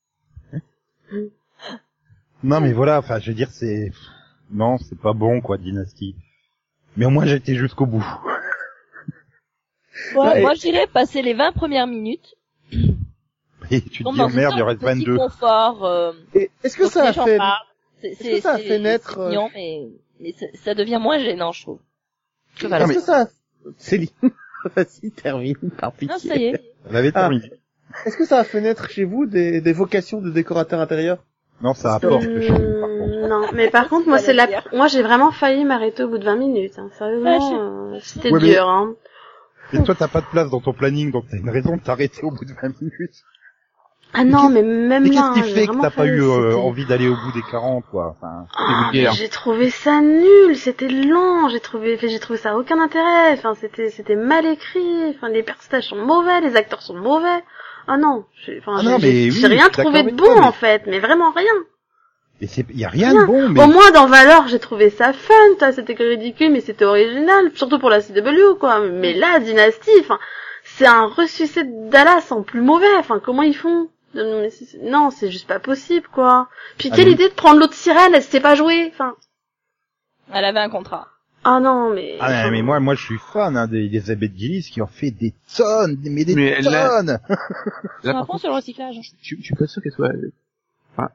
Non, mais voilà, enfin, je veux dire, c'est... Non, c'est pas bon, quoi, Dynasty. Mais au moins, j'ai été jusqu'au bout. Ouais, Ouais, moi, je dirais passer les vingt premières minutes. Et tu te Tombe dis, dans oh une merde, il sorte reste de petit vingt-deux. confort. Euh, Et est-ce que donc ça les a gens fait, parlent. C'est, est-ce c'est, que ça a c'est- fait naître, c'est mignon, mais, mais ça, ça devient moins gênant, je trouve. Que est-ce Valor. que ça a... Céline, vas-y, termine, par Non, pitié. ça y est. Elle avait Ah. terminé. Est-ce que ça a fait naître chez vous des, des vocations de décorateur intérieur? Non, ça apporte chez nous, par contre. Hum, non, mais par contre, moi, Ça c'est la, veut dire. moi, j'ai vraiment failli m'arrêter au bout de vingt minutes, hein. Sérieusement, euh, c'était Ouais, mais- dur, hein. Et toi, t'as pas de place dans ton planning, donc t'as une raison de t'arrêter au bout de vingt minutes. Ah non, mais même Mais là, qu'est-ce qui j'ai fait que vraiment t'as pas failli, eu euh, c'était- envie d'aller au bout des quarante, quoi? Enfin, Ah, vulgaire. mais j'ai trouvé ça nul, c'était lent, j'ai trouvé, enfin, j'ai trouvé ça aucun intérêt, enfin, c'était, c'était mal écrit, enfin, les personnages sont mauvais, les acteurs sont mauvais. Ah non, j'ai, enfin, Ah j'ai, non, j'ai- mais oui, j'ai rien je suis trouvé d'accord de avec bon, toi, mais- en fait, mais vraiment rien. et c'est, y a rien Rien. de bon, mais... Au moins, dans Valor, j'ai trouvé ça fun, toi, c'était que ridicule, mais c'était original, surtout pour la C W, quoi. Mais là, Dynasty, enfin, c'est un ressucé de Dallas en plus mauvais, enfin, comment ils font? Non, mais c'est- non, c'est juste pas possible, quoi. Puis Ah quelle oui. idée de prendre l'autre sirène, elle sait pas jouer, enfin. Elle avait un contrat. Ah non, mais... Ah, enfin, mais moi, moi, je suis fan, hein, des Elizabeth Gillies qui ont fait des tonnes, mais des Mais elle a- tonnes! Là, C'est un par point contre, sur le recyclage. je, je suis pas sûr qu'elle soit, enfin,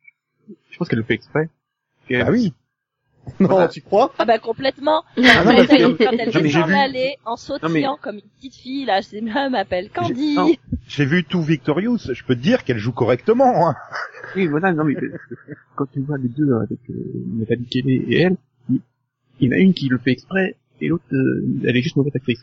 je pense qu'elle le fait exprès. Qu'elle- Bah oui. Non, Voilà. tu crois? Ah bah complètement. Ah non, Quand parce que- elle, quand elle Non, mais veut j'ai s'en vu- aller en sautillant mais- comme une petite fille, là, je sais même, elle m'appelle Candy. Non. J'ai vu tout Victorious, je peux te dire qu'elle joue correctement, hein. Oui, voilà, non, mais parce que quand tu vois les deux avec euh, Nathalie Kelly et elle, il il y en a une qui le fait exprès et l'autre, euh, elle est juste mauvaise actrice.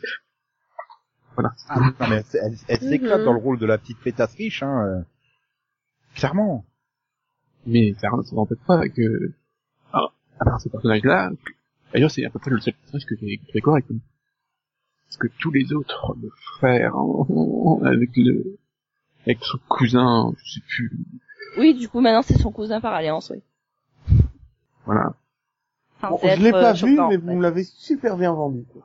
Voilà. Non, mais elle, elle, elle s'éclate Mhm. dans le rôle de la petite pétasse riche, hein. euh. Clairement. Mais ça ça n'empêche pas que, ah, à part ce personnage-là, d'ailleurs c'est à peu près le seul personnage que j'ai trouvé correct. hein. Parce que tous les autres, le frère, hein, avec le, avec son cousin, je sais plus, Oui, du coup, maintenant, c'est son cousin par alliance, oui. voilà. Enfin, Bon, c'est je l'ai être, pas euh, vu, choquant, mais en vous fait. me l'avez super bien vendu, quoi.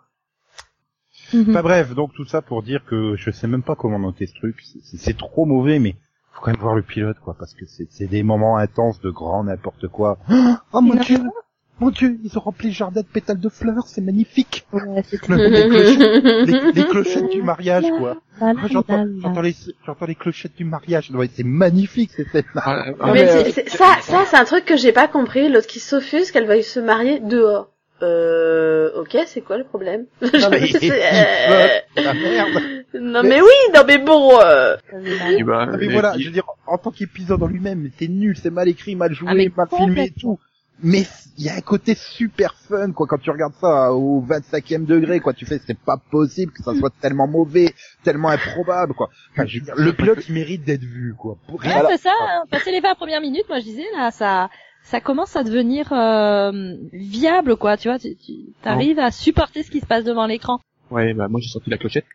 Enfin bref, donc tout ça pour dire que je sais même pas comment noter ce truc. C'est, c'est trop mauvais, mais faut quand même voir le pilote, quoi, parce que c'est, c'est des moments intenses de grand n'importe quoi. Oh mon dieu, mon dieu, ils ont rempli le jardin de pétales de fleurs, c'est magnifique. Ouais, c'est Le- les, clochettes, les, les clochettes du mariage, quoi. Moi, j'entends, j'entends les, j'entends les clochettes du mariage. Ouais, c'est magnifique ces scènes-là. Ah, ah, Mais mais, c'est- euh, c'est- ça, ça, c'est un truc que j'ai pas compris, l'autre qui s'offusque qu'elle veuille se marier dehors. Euh, ok, c'est quoi le problème? Non, mais C'est- il euh, flotte, la merde. Non mais oui, non mais bon, euh... et bah, Ah, mais et voilà, puis- je veux dire, en tant qu'épisode en lui-même, c'est nul, c'est mal écrit, mal joué, Ah, mais mal filmé et complètement. tout. Mais il y a un côté super fun, quoi, quand tu regardes ça au vingt-cinquième degré, quoi, tu fais, c'est pas possible que ça soit tellement mauvais, tellement improbable, quoi. Enfin, je veux dire, le pilote, il mérite d'être vu, quoi. Pour Ouais, rien. c'est ça. Hein. Passer les vingt premières minutes, moi je disais là, ça, ça commence à devenir euh, viable, quoi. Tu vois, tu, tu arrives à supporter ce qui se passe devant l'écran. ouais, bah, moi j'ai sorti la clochette.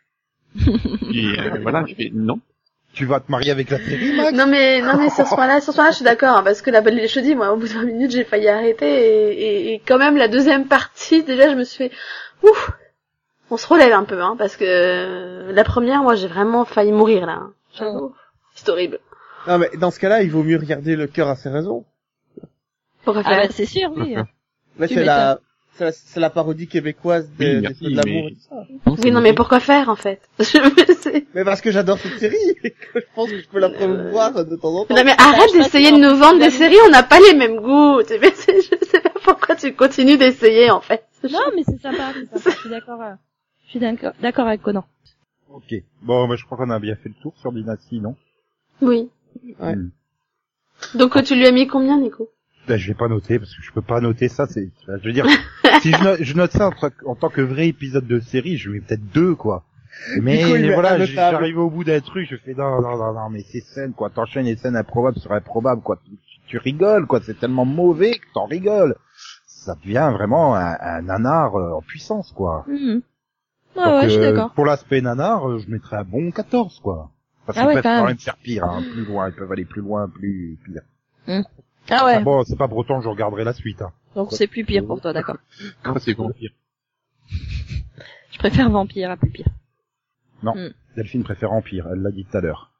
et euh, voilà, je fais, non. Tu vas te marier avec la série, Max? non mais non mais sur ce point-là, sur ce point-là, je suis d'accord, hein, parce que la je te dis, moi, au bout de vingt minutes, j'ai failli arrêter, et, et, et quand même la deuxième partie, déjà, je me suis fait, ouf, on se relève un peu, hein, parce que euh, la première, moi, j'ai vraiment failli mourir là. Hein. J'avoue. C'est horrible. Non, mais dans ce cas-là, il vaut mieux regarder Le cœur à ses raisons. Pourquoi Ah faire bah c'est sûr, oui. Là, Tu c'est la, c'est la, c'est la parodie québécoise des, Oui, des merci, feux de l'amour mais- et tout ça. Oui, non mais pourquoi faire en fait? Je sais. Mais parce que j'adore cette série, et que je pense que je peux la promouvoir de temps en temps. Non mais Ah, arrête je d'essayer pense de que- nous vendre des séries, on n'a pas les mêmes goûts. Tu sais, c'est- Je sais pas pourquoi tu continues d'essayer en fait. Non, mais c'est sympa, c'est sympa. Je suis d'accord. euh, Je suis d'accord, d'accord avec Conan. Ok. Bon, bah, je crois qu'on a bien fait le tour sur Dynasty, non? Oui. Ouais. Hmm. Donc euh, tu lui as mis combien, Nico? Ben, je vais pas noter, parce que je peux pas noter ça, c'est, je veux dire, si je note, je note ça en, tra- en tant que vrai épisode de série, je mets peut-être deux, quoi. Mais, Du coup, il met voilà, un j- notable. j'arrive au bout d'un truc, je fais non, non, non, non, mais ces scènes, quoi, t'enchaînes les scènes improbables sur improbables, quoi, tu, tu rigoles, quoi, c'est tellement mauvais que t'en rigoles. Ça devient vraiment un, un nanar euh, en puissance, quoi. Mhm. Ouais, Donc, ouais, je suis euh, d'accord. Pour l'aspect nanar, euh, je mettrais un bon quatorze, quoi. Parce Ah qu'ils ouais, peuvent quand quand même. même faire pire, hein, plus loin, ils peuvent aller plus loin, plus pire. Ah ouais. Ah bon, c'est pas pour autant que je regarderai la suite, hein. Donc c'est plus pire pour toi, d'accord. Non, c'est vampire. Je préfère Vampire à plus pire. Non, Hmm. Delphine préfère Empire, elle l'a dit tout à l'heure.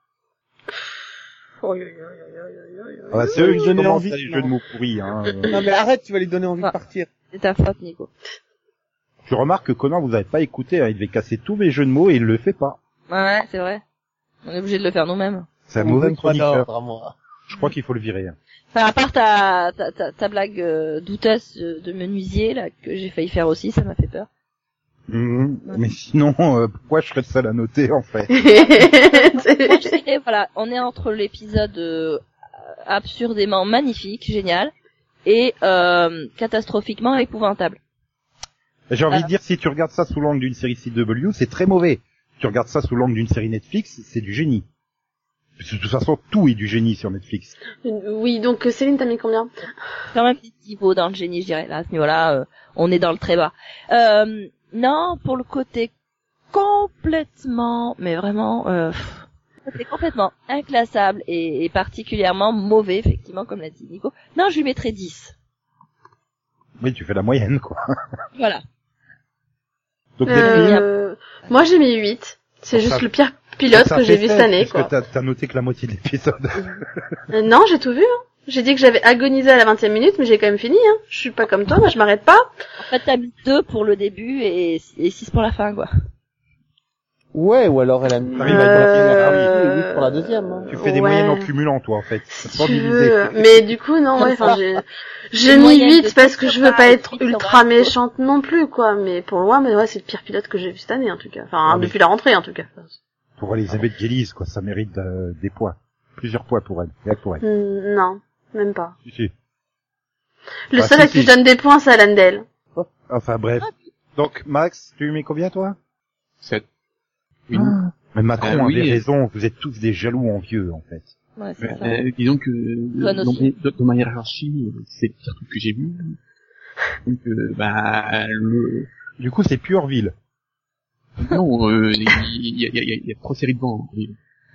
Oh, yo, yo, yo, yo, yo, yo. Ah bah, c'est Ouais, eux lui qui donner commencent envie, les non. jeux de mots pourris, hein. euh. Non mais arrête, tu vas lui donner envie Ah. de partir. C'est ta faute, Nico. Je remarque que Conan, vous avez pas écouté, hein, il devait casser tous mes jeux de mots et il le fait pas. Ouais, c'est vrai. On est obligé de le faire nous-mêmes. C'est un On mauvais donne pas chroniqueur. d'ordre à moi. Je crois qu'il faut le virer. hein. Enfin, à part ta, ta, ta, ta blague euh, douteuse de, de menuisier, là, que j'ai failli faire aussi, ça m'a fait peur. Mhm. Mais sinon, euh, pourquoi je serais le seul à noter, en fait? Moi, je dirais, voilà, on est entre l'épisode euh, absurdément magnifique, génial, et euh, catastrophiquement épouvantable. J'ai envie Ah. de dire, si tu regardes ça sous l'angle d'une série C W, c'est très mauvais. Si tu regardes ça sous l'angle d'une série Netflix, c'est du génie. Parce que de toute façon, tout est du génie sur Netflix. Oui, donc euh, Céline, t'as mis combien? Quand même petit niveau dans le génie, je dirais. Là, à ce niveau-là, euh, on est dans le très bas. Euh, non, pour le côté complètement, mais vraiment, euh, pff, c'est complètement inclassable et, et particulièrement mauvais, effectivement, comme l'a dit Nico. Non, je lui mettrais dix. Oui, tu fais la moyenne, quoi. Voilà. Donc, Delphine, Euh, moi j'ai mis huit. C'est Pour juste ça- le pire pilote ça que fait j'ai vu sept, cette année, puisque quoi. t'as, t'as noté que la moitié de l'épisode. Euh, non, j'ai tout vu, hein. J'ai dit que j'avais agonisé à la vingtième minute, mais j'ai quand même fini, hein. Je suis pas comme toi, moi je m'arrête pas. En fait, t'as mis deux pour le début et, et six pour la fin, quoi. Ouais, ou alors elle a mis T'arrives la à moitié de la Euh, première et huit pour la deuxième. Hein. Tu fais des Ouais. moyennes en cumulant, toi, en fait. Si Sans tu diviser. veux. Mais du coup, non, ouais, enfin, j'ai, j'ai Une mis moyenne huit de parce que six je sur veux pas vingt, être huit sur ultra vingt, quoi. méchante non plus, quoi. Mais pour loin, mais ouais, c'est le pire pilote que j'ai vu cette année, en tout cas. Enfin, Ah, mais- depuis la rentrée, en tout cas. Pour Elisabeth Gillies, quoi, ça mérite euh, des points. Plusieurs points pour elle. Rien que pour elle. Hmm, non, même pas. Si, si. Le Ah, seul si, à qui si. je donne des points, c'est Alan Dale. Enfin, bref. Donc, Max, tu lui mets combien, toi? sept. Oui. Ah. Mais Macron Euh, oui, avait euh. raison, vous êtes tous des jaloux envieux, en fait. Ouais, c'est ça. Euh, disons que Toi dans, aussi. dans, dans ma hiérarchie, c'est le pire truc que j'ai vu. Donc, euh, bah, le... Du coup, c'est Purevilles. non, euh, il y, a, il y, a, il y a trop de séries devant. Oui.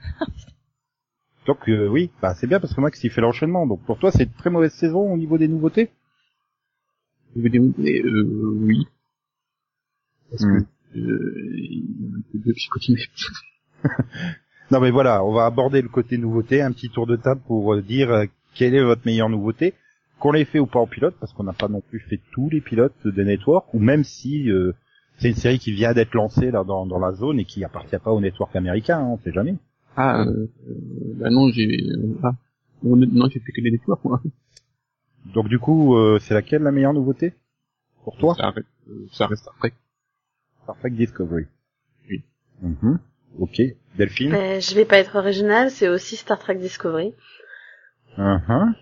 Donc, euh, oui, bah, c'est bien parce que Max, il fait l'enchaînement. Donc, pour toi, c'est une très mauvaise saison au niveau des nouveautés? Je veux dire, euh, oui. Parce Hmm. que, euh, il manque deux, puis je continue. Non, mais voilà, on va aborder le côté nouveauté, un petit tour de table pour euh, dire euh, quelle est votre meilleure nouveauté, qu'on l'ait fait ou pas en pilote, parce qu'on n'a pas non plus fait tous les pilotes de network, ou même si euh, c'est une série qui vient d'être lancée là dans, dans la zone et qui appartient pas au network américain, hein, on sait jamais. Ah, euh, euh, bah non, j'ai, euh, ah, non, non, j'ai fait que des networks, moi. Donc du coup, euh, c'est laquelle la meilleure nouveauté pour toi? Ça reste, euh, ça reste après. Perfect Discovery. Oui. Mhm. Ok. Delphine? Ben, je vais pas être original, c'est aussi Star Trek Discovery. Mhm.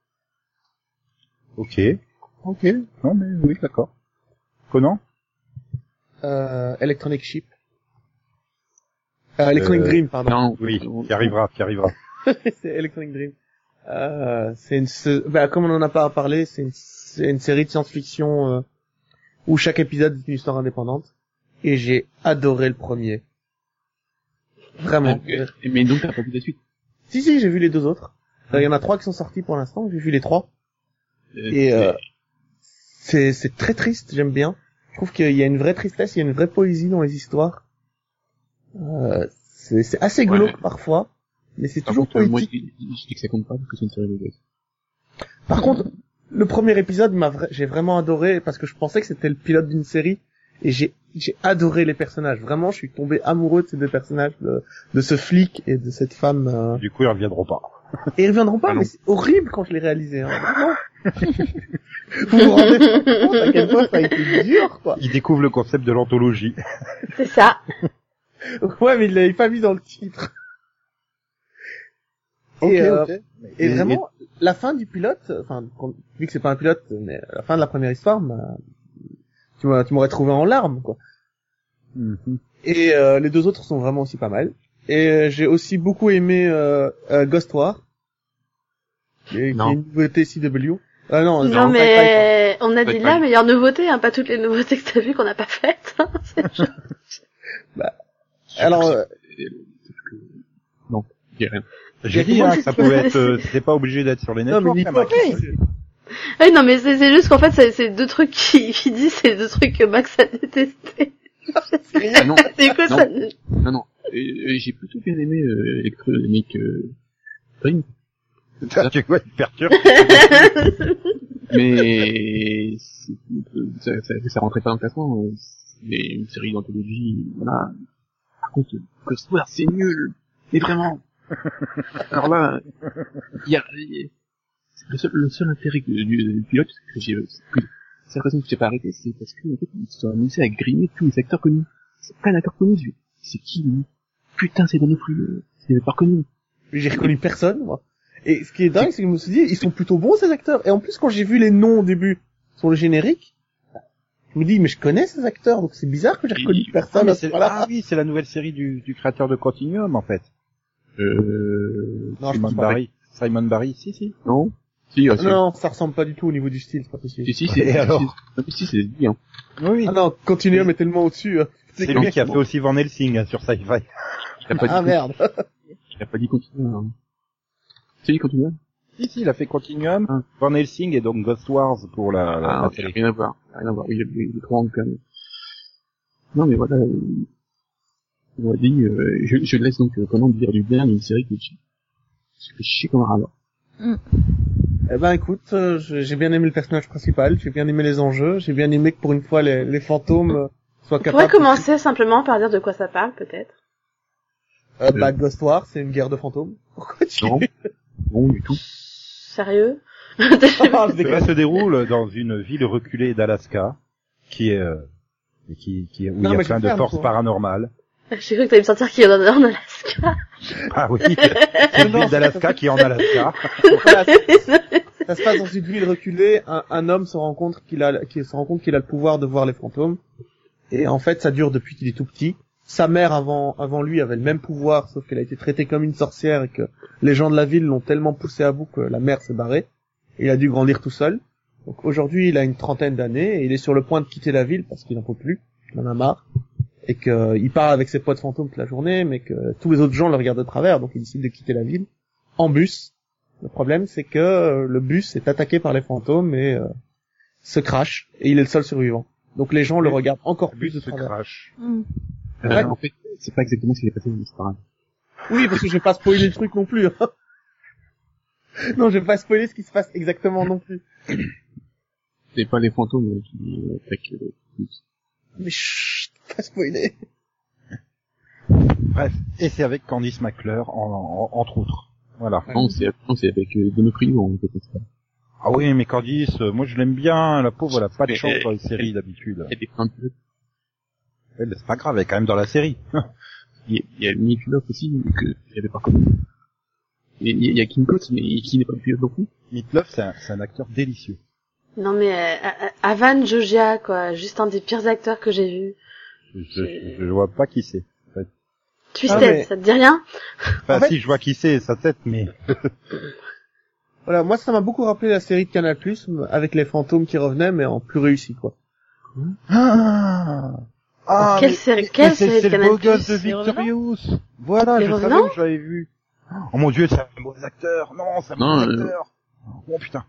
Ok. Ok. Non mais oui, d'accord. Conan? Euh, Electronic Sheep. Euh, Electronic Euh, Dream, pardon. Non, Oui, on- qui arrivera, qui arrivera. C'est Electronic Dream. Euh, c'est une, se- bah, comme on en a pas parlé, c'est une, c'est une série de science-fiction euh, où chaque épisode est une histoire indépendante. Et j'ai adoré le premier. Vraiment. Euh, mais donc t'as pas vu la suite. Si si, j'ai vu les deux autres. Euh, Il y en a trois qui sont sortis pour l'instant. J'ai vu les trois. Euh, Et euh, c'est c'est très triste. J'aime bien. Je trouve qu'il y a une vraie tristesse, il y a une vraie poésie dans les histoires. Euh, c'est c'est assez glauque Ouais. parfois, mais c'est Par toujours contre, euh, moi, poétique. je, je dis que ça compte pas parce que c'est une série de gosses. Par contre, le premier épisode m'a vra- j'ai vraiment adoré parce que je pensais que c'était le pilote d'une série et j'ai j'ai adoré les personnages. Vraiment, je suis tombé amoureux de ces deux personnages, de, de ce flic et de cette femme. euh. Du coup, ils reviendront pas. Et ils reviendront pas, Ah non. mais c'est horrible quand je l'ai réalisé. Hein. Vraiment. Vous vous rendez pas compte à quel point ça a été dur, quoi. Ils découvrent le concept de l'anthologie. C'est ça. Ouais, mais il l'avait pas mis dans le titre. Et, euh, Et vraiment, la fin du pilote, enfin, quand- vu que c'est pas un pilote, mais la fin de la première histoire, m'a- tu m'as- tu m'aurais trouvé en larmes, quoi. Mhm. Et euh, les deux autres sont vraiment aussi pas mal. Et euh, j'ai aussi beaucoup aimé euh, euh, Ghost War, qui est, qui Non. est une nouveauté C W. Ah non, Non, non, mais on a dit Fight la Fight. meilleure nouveauté, hein, pas toutes les nouveautés que t'as vues qu'on n'a pas faites. Hein. C'est juste- alors, euh, Non, je dis rien. J'ai dit hein, que ça pouvait être, euh, c'était pas obligé d'être sur les non, mais networks. Nico, hein, qui- Oui, non, mais c'est c'est juste qu'en fait, c'est c'est deux trucs qui, qui disent, c'est deux trucs que Max a détesté. Ah non, Du coup, Non. ça... non, non. Euh, euh, j'ai plutôt bien aimé euh, Electronic euh, Dream. Ça, tu vois, il perturbe. Mais c'est- ça, ça, ça rentrait pas dans le classement. euh, C'est une série d'anthologie, voilà. Par contre, Ghost Wars, c'est nul. Mais vraiment. Alors là, il y a, il y a- le seul, le seul intérêt du, du, du pilote que j'ai, que, la seule raison que j'ai pas arrêté, c'est parce que en fait, ils se sont amusés à grimer tous les acteurs connus. C'est plein d'acteurs connus. je- C'est qui lui? Putain, c'est dans nos plus, euh, c'est pas reconnu. j'ai reconnu personne, moi. Et ce qui est dingue, c'est que je me suis dit, ils sont plutôt bons, ces acteurs. Et en plus, quand j'ai vu les noms au début sur le générique, je me dis, mais je connais ces acteurs, donc c'est bizarre que j'ai reconnu Ah, personne mais à ce c'est- moment-là. ah oui, c'est la nouvelle série du, du créateur de Continuum, en fait. Euh, Non, je Simon pense pas. Barry. Simon Barry, si, si. non? Si, ah, si. Non, ça ressemble pas du tout au niveau du style, c'est pas possible. Si, si, c'est, Et si, alors si, si, c'est lui, hein. Oui, oui. Ah non, Continuum est tellement au-dessus. hein. C'est C'est lui clair. qui a fait aussi Van Helsing hein, sur Sci-Fi. Il a pas Ah dit, merde. il a pas dit continuer, hein. C'est lui continuer? Si, si, il a fait Continuum, Ah. Van Helsing et donc Ghost Wars pour la, la, Ah, la ok, télé. rien à voir. Rien à voir. Il est, il est trop en quand même. Non, mais voilà, euh, on m'a dit, euh, je, je laisse donc, euh, comment dire du bien d'une série que je, je fais chier comme un rat. Eh ben écoute, euh, j'ai j'ai bien aimé le personnage principal, j'ai bien aimé les enjeux, j'ai bien aimé que pour une fois les, les fantômes euh, soient On pourrait capables... commencer simplement par dire de quoi ça parle, peut-être. Euh, bah, Ghost War, c'est une guerre de fantômes. Pourquoi tu... Non. Non, du tout. Sérieux? Ah, je Cela déconne. se déroule dans une ville reculée d'Alaska, qui est, euh, qui, qui, où Non, il y mais a plein je de ferme, forces toi. paranormales. J'ai cru que t'allais me sortir qu'il y en a en Alaska. Ah oui, c'est une ville d'Alaska qui est en Alaska. Voilà, ça se passe dans une ville reculée, un, un homme se rend compte qu'il a, qu'il se rend compte qu'il a le pouvoir de voir les fantômes. Et en fait, ça dure depuis qu'il est tout petit. Sa mère, avant, avant lui, avait le même pouvoir, sauf qu'elle a été traitée comme une sorcière et que les gens de la ville l'ont tellement poussé à bout que la mère s'est barrée. Et il a dû grandir tout seul. Donc aujourd'hui, il a une trentaine d'années et il est sur le point de quitter la ville parce qu'il n'en peut plus. Il en a marre. Et qu'il parle avec ses potes fantômes toute la journée, mais que tous les autres gens le regardent de travers, donc il décide de quitter la ville en bus. Le problème, c'est que euh, le bus est attaqué par les fantômes et euh, se crache, et il est le seul survivant. Donc les gens le regardent encore Le plus de bus se travers. crache. Mm. Euh, Ouais. En fait, c'est pas exactement ce qui est passé, mais c'est pas grave. Oui, parce que je vais pas spoiler le truc non plus. hein. Non, je vais pas spoiler ce qui se passe exactement non plus. C'est pas les fantômes euh, qui euh, attaquent le plus. Mais chut, pas spoiler. Bref, et c'est avec Candice McClure, en, en- entre autres. Voilà. Non, c'est, non, c'est avec euh, Donofrio, on peut pas ça. Ah oui, mais Candice, euh, moi je l'aime bien, la pauvre, elle a pas de Mais chance elle- dans les séries d'habitude. Il y a des plein de pilotes. Ouais, mais c'est pas grave, elle est quand même dans la série. Il y a, il y a Nick Love aussi, que j'avais pas connu. Et il y a, il y a Kim Coates, mais qui n'est pas pilote non plus. Meatloaf, c'est un, c'est un acteur délicieux. Non mais euh, euh, Avan Jogia, quoi, juste un des pires acteurs que j'ai vu. Je, je, je vois pas qui c'est. Twisted, Ah, mais- ça te dit rien? Enfin, En fait- si, je vois qui c'est, sa tête, mais... Voilà, moi ça m'a beaucoup rappelé la série de Canal+, avec les fantômes qui revenaient, mais en plus réussi, quoi. Ah, ah Quelle mais- série- mais quelle c'est- série de c'est le Canal+? beau gosse de Les Victorious. Voilà, Les je savais Revenants où je l'avais vu. Oh mon dieu, c'est un mauvais acteur. Non, c'est un Non, mauvais euh, acteur. Oh putain.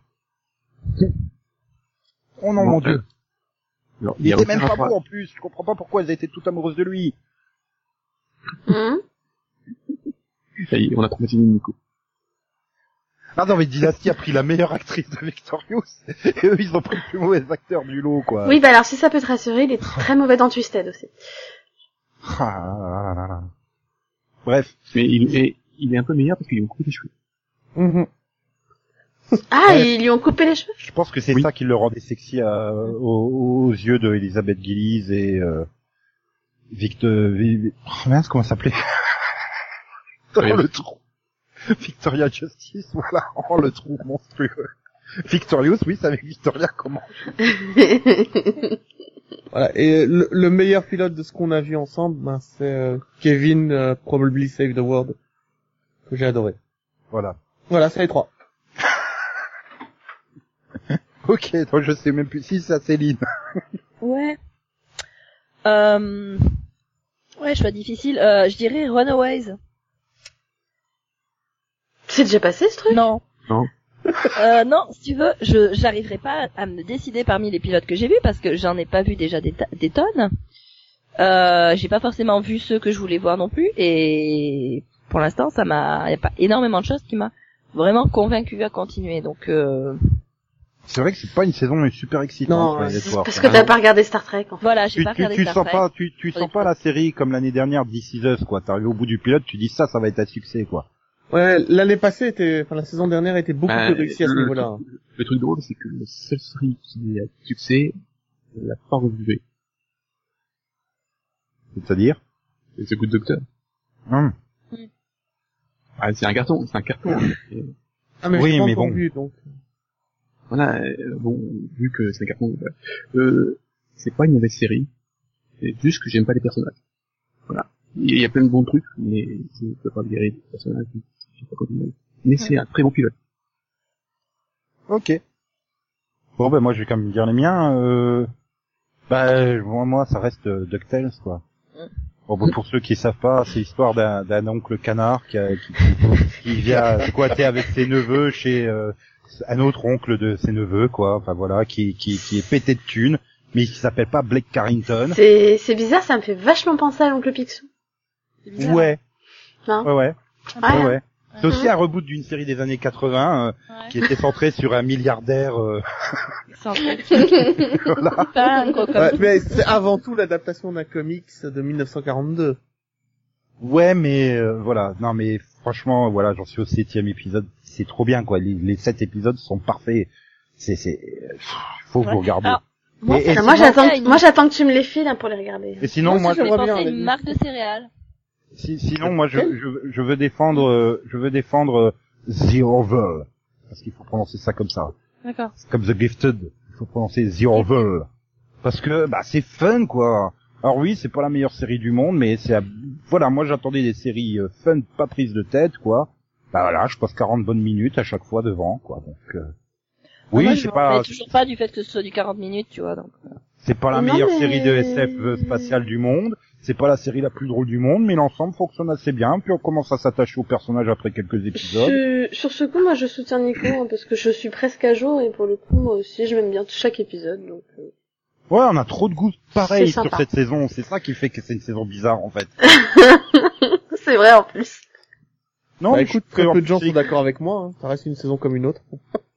Oh non, Non, mon euh, dieu. Alors, Il y a était aucun même pas rapport- beau en plus. Je comprends pas pourquoi elles étaient toutes amoureuses de lui. Hum Ça y est, on a traumatisé Nico. Ah non, mais Dynasty a pris la meilleure actrice de Victorious. Et eux, ils ont pris le plus mauvais acteur du lot, quoi. Oui, bah alors si ça peut te rassurer, il est très mauvais dans Twisted aussi. Ah là là là là. Bref. Mais il est, il est un peu meilleur parce qu'il lui a coupé les cheveux. Mhm. Ah, Ouais. ils lui ont coupé les cheveux? Je pense que c'est Oui. ça qui le rendait sexy à, aux, aux yeux de Elizabeth Gillies et euh, Victor... Vi- oh, mince, comment ça s'appelait? Oh, Victoria. le trou. Victoria Justice, voilà. Oh, le trou monstrueux. Victorious, oui, c'est avec Victoria comment? Voilà, et le, le meilleur pilote de ce qu'on a vu ensemble, ben, c'est euh, Kevin, euh, Probably Save the World, que j'ai adoré. Voilà. Voilà, c'est les trois. Ok, donc je sais même plus si c'est Céline. Ouais. Euh... Ouais, choix difficile. Euh, je dirais Runaways. C'est déjà passé ce truc? Non. Non. Euh, non, si tu veux, je j'arriverai pas à me décider parmi les pilotes que j'ai vus parce que j'en ai pas vu déjà des, ta- des tonnes. Euh, j'ai pas forcément vu ceux que je voulais voir non plus et pour l'instant, ça m'a, y a pas énormément de choses qui m'a vraiment convaincu à continuer. Donc, euh... C'est vrai que c'est pas une saison super excitante. Non, sur les C'est Networks, parce hein. que t'as pas regardé Star Trek, en fait. voilà, j'ai Tu, pas tu, regardé tu Star sens Trek. pas, tu, tu Pour sens les pas la série comme l'année dernière, This Is Us, quoi. T'arrives au bout du pilote, tu dis ça, ça va être un succès, quoi. Ouais, l'année passée était, enfin la saison dernière était beaucoup Bah, plus réussie à ce le, niveau-là. hein. truc, le truc drôle, c'est que la seule série qui a succès, elle l'a pas revue. C'est-à-dire? C'est The Good Doctor. Hum. Ah, c'est un carton, c'est un carton. hein. Et Ah mais Oui, j'ai pas mais encore bon. vu, donc. voilà, euh, bon, vu que c'est un carton, euh, euh, c'est pas une mauvaise série. C'est juste que j'aime pas les personnages. Voilà. Il y a plein de bons trucs, mais je peux pas dire les personnages. Je sais pas comment. Mais c'est un très bon pilote. Ok. Bon, ben, moi, je vais quand même dire les miens, euh, bah, moi, moi, ça reste euh, DuckTales, quoi. Bon, bon, pour ceux qui savent pas, c'est l'histoire d'un, d'un oncle canard qui, a, qui, qui vient squatter avec ses neveux chez euh, un autre oncle de ses neveux, quoi. Enfin voilà, qui, qui, qui est pété de thunes, mais qui s'appelle pas Blake Carrington. C'est, c'est bizarre, ça me fait vachement penser à l'oncle Picsou. C'est bizarre. Ouais, Non? ouais, ouais, Ouais. ouais, ouais. C'est aussi un reboot d'une série des années quatre-vingts euh, Ouais. qui était centrée sur un milliardaire. Euh, C'est un truc. voilà. Pas un gros comme Ouais, mais c'est avant tout l'adaptation d'un comics de mille neuf cent quarante-deux. Ouais, mais euh, voilà. Non, mais franchement, voilà, j'en suis au septième épisode. C'est trop bien, quoi. Les, les sept épisodes sont parfaits. C'est, c'est, pff, faut que Ouais. vous regarder. Alors, moi, Et- et ça Ah, moi, me j'attends, pensait à une- moi, j'attends que tu me les files, hein, pour les regarder. Et sinon, Moi moi, aussi, ça me j'aimerais fait bien, penser à on a une dit. marque de céréales. si, sinon, moi, je, je, je veux défendre, euh, je veux défendre euh, The Orville, parce qu'il faut prononcer ça comme ça. D'accord. C'est comme The Gifted, il faut prononcer The Orville, parce que bah c'est fun, quoi. Alors oui, c'est pas la meilleure série du monde, mais c'est, voilà, moi j'attendais des séries euh, fun, pas prises de tête, quoi. Bah voilà, je passe quarante bonnes minutes à chaque fois devant, quoi. Donc euh... oui, Moi, je c'est me pas, rappelais toujours pas du fait que ce soit du quarante minutes, tu vois, donc. euh. c'est pas la Non, meilleure mais- série de S F spatiale du monde, c'est pas la série la plus drôle du monde, mais l'ensemble fonctionne assez bien, puis on commence à s'attacher aux personnages après quelques épisodes. Je- sur ce coup, moi, je soutiens Nico, hein, parce que je suis presque à jour, et pour le coup, moi aussi, je m'aime bien chaque épisode, donc, euh, Ouais, on a trop de goût pareil C'est sur sympa. cette saison, c'est ça qui fait que c'est une saison bizarre, en fait. c'est vrai, en plus. Non, Bah mais écoute, je- très peu de gens c'est- sont d'accord avec moi, hein. Ça reste une saison comme une autre.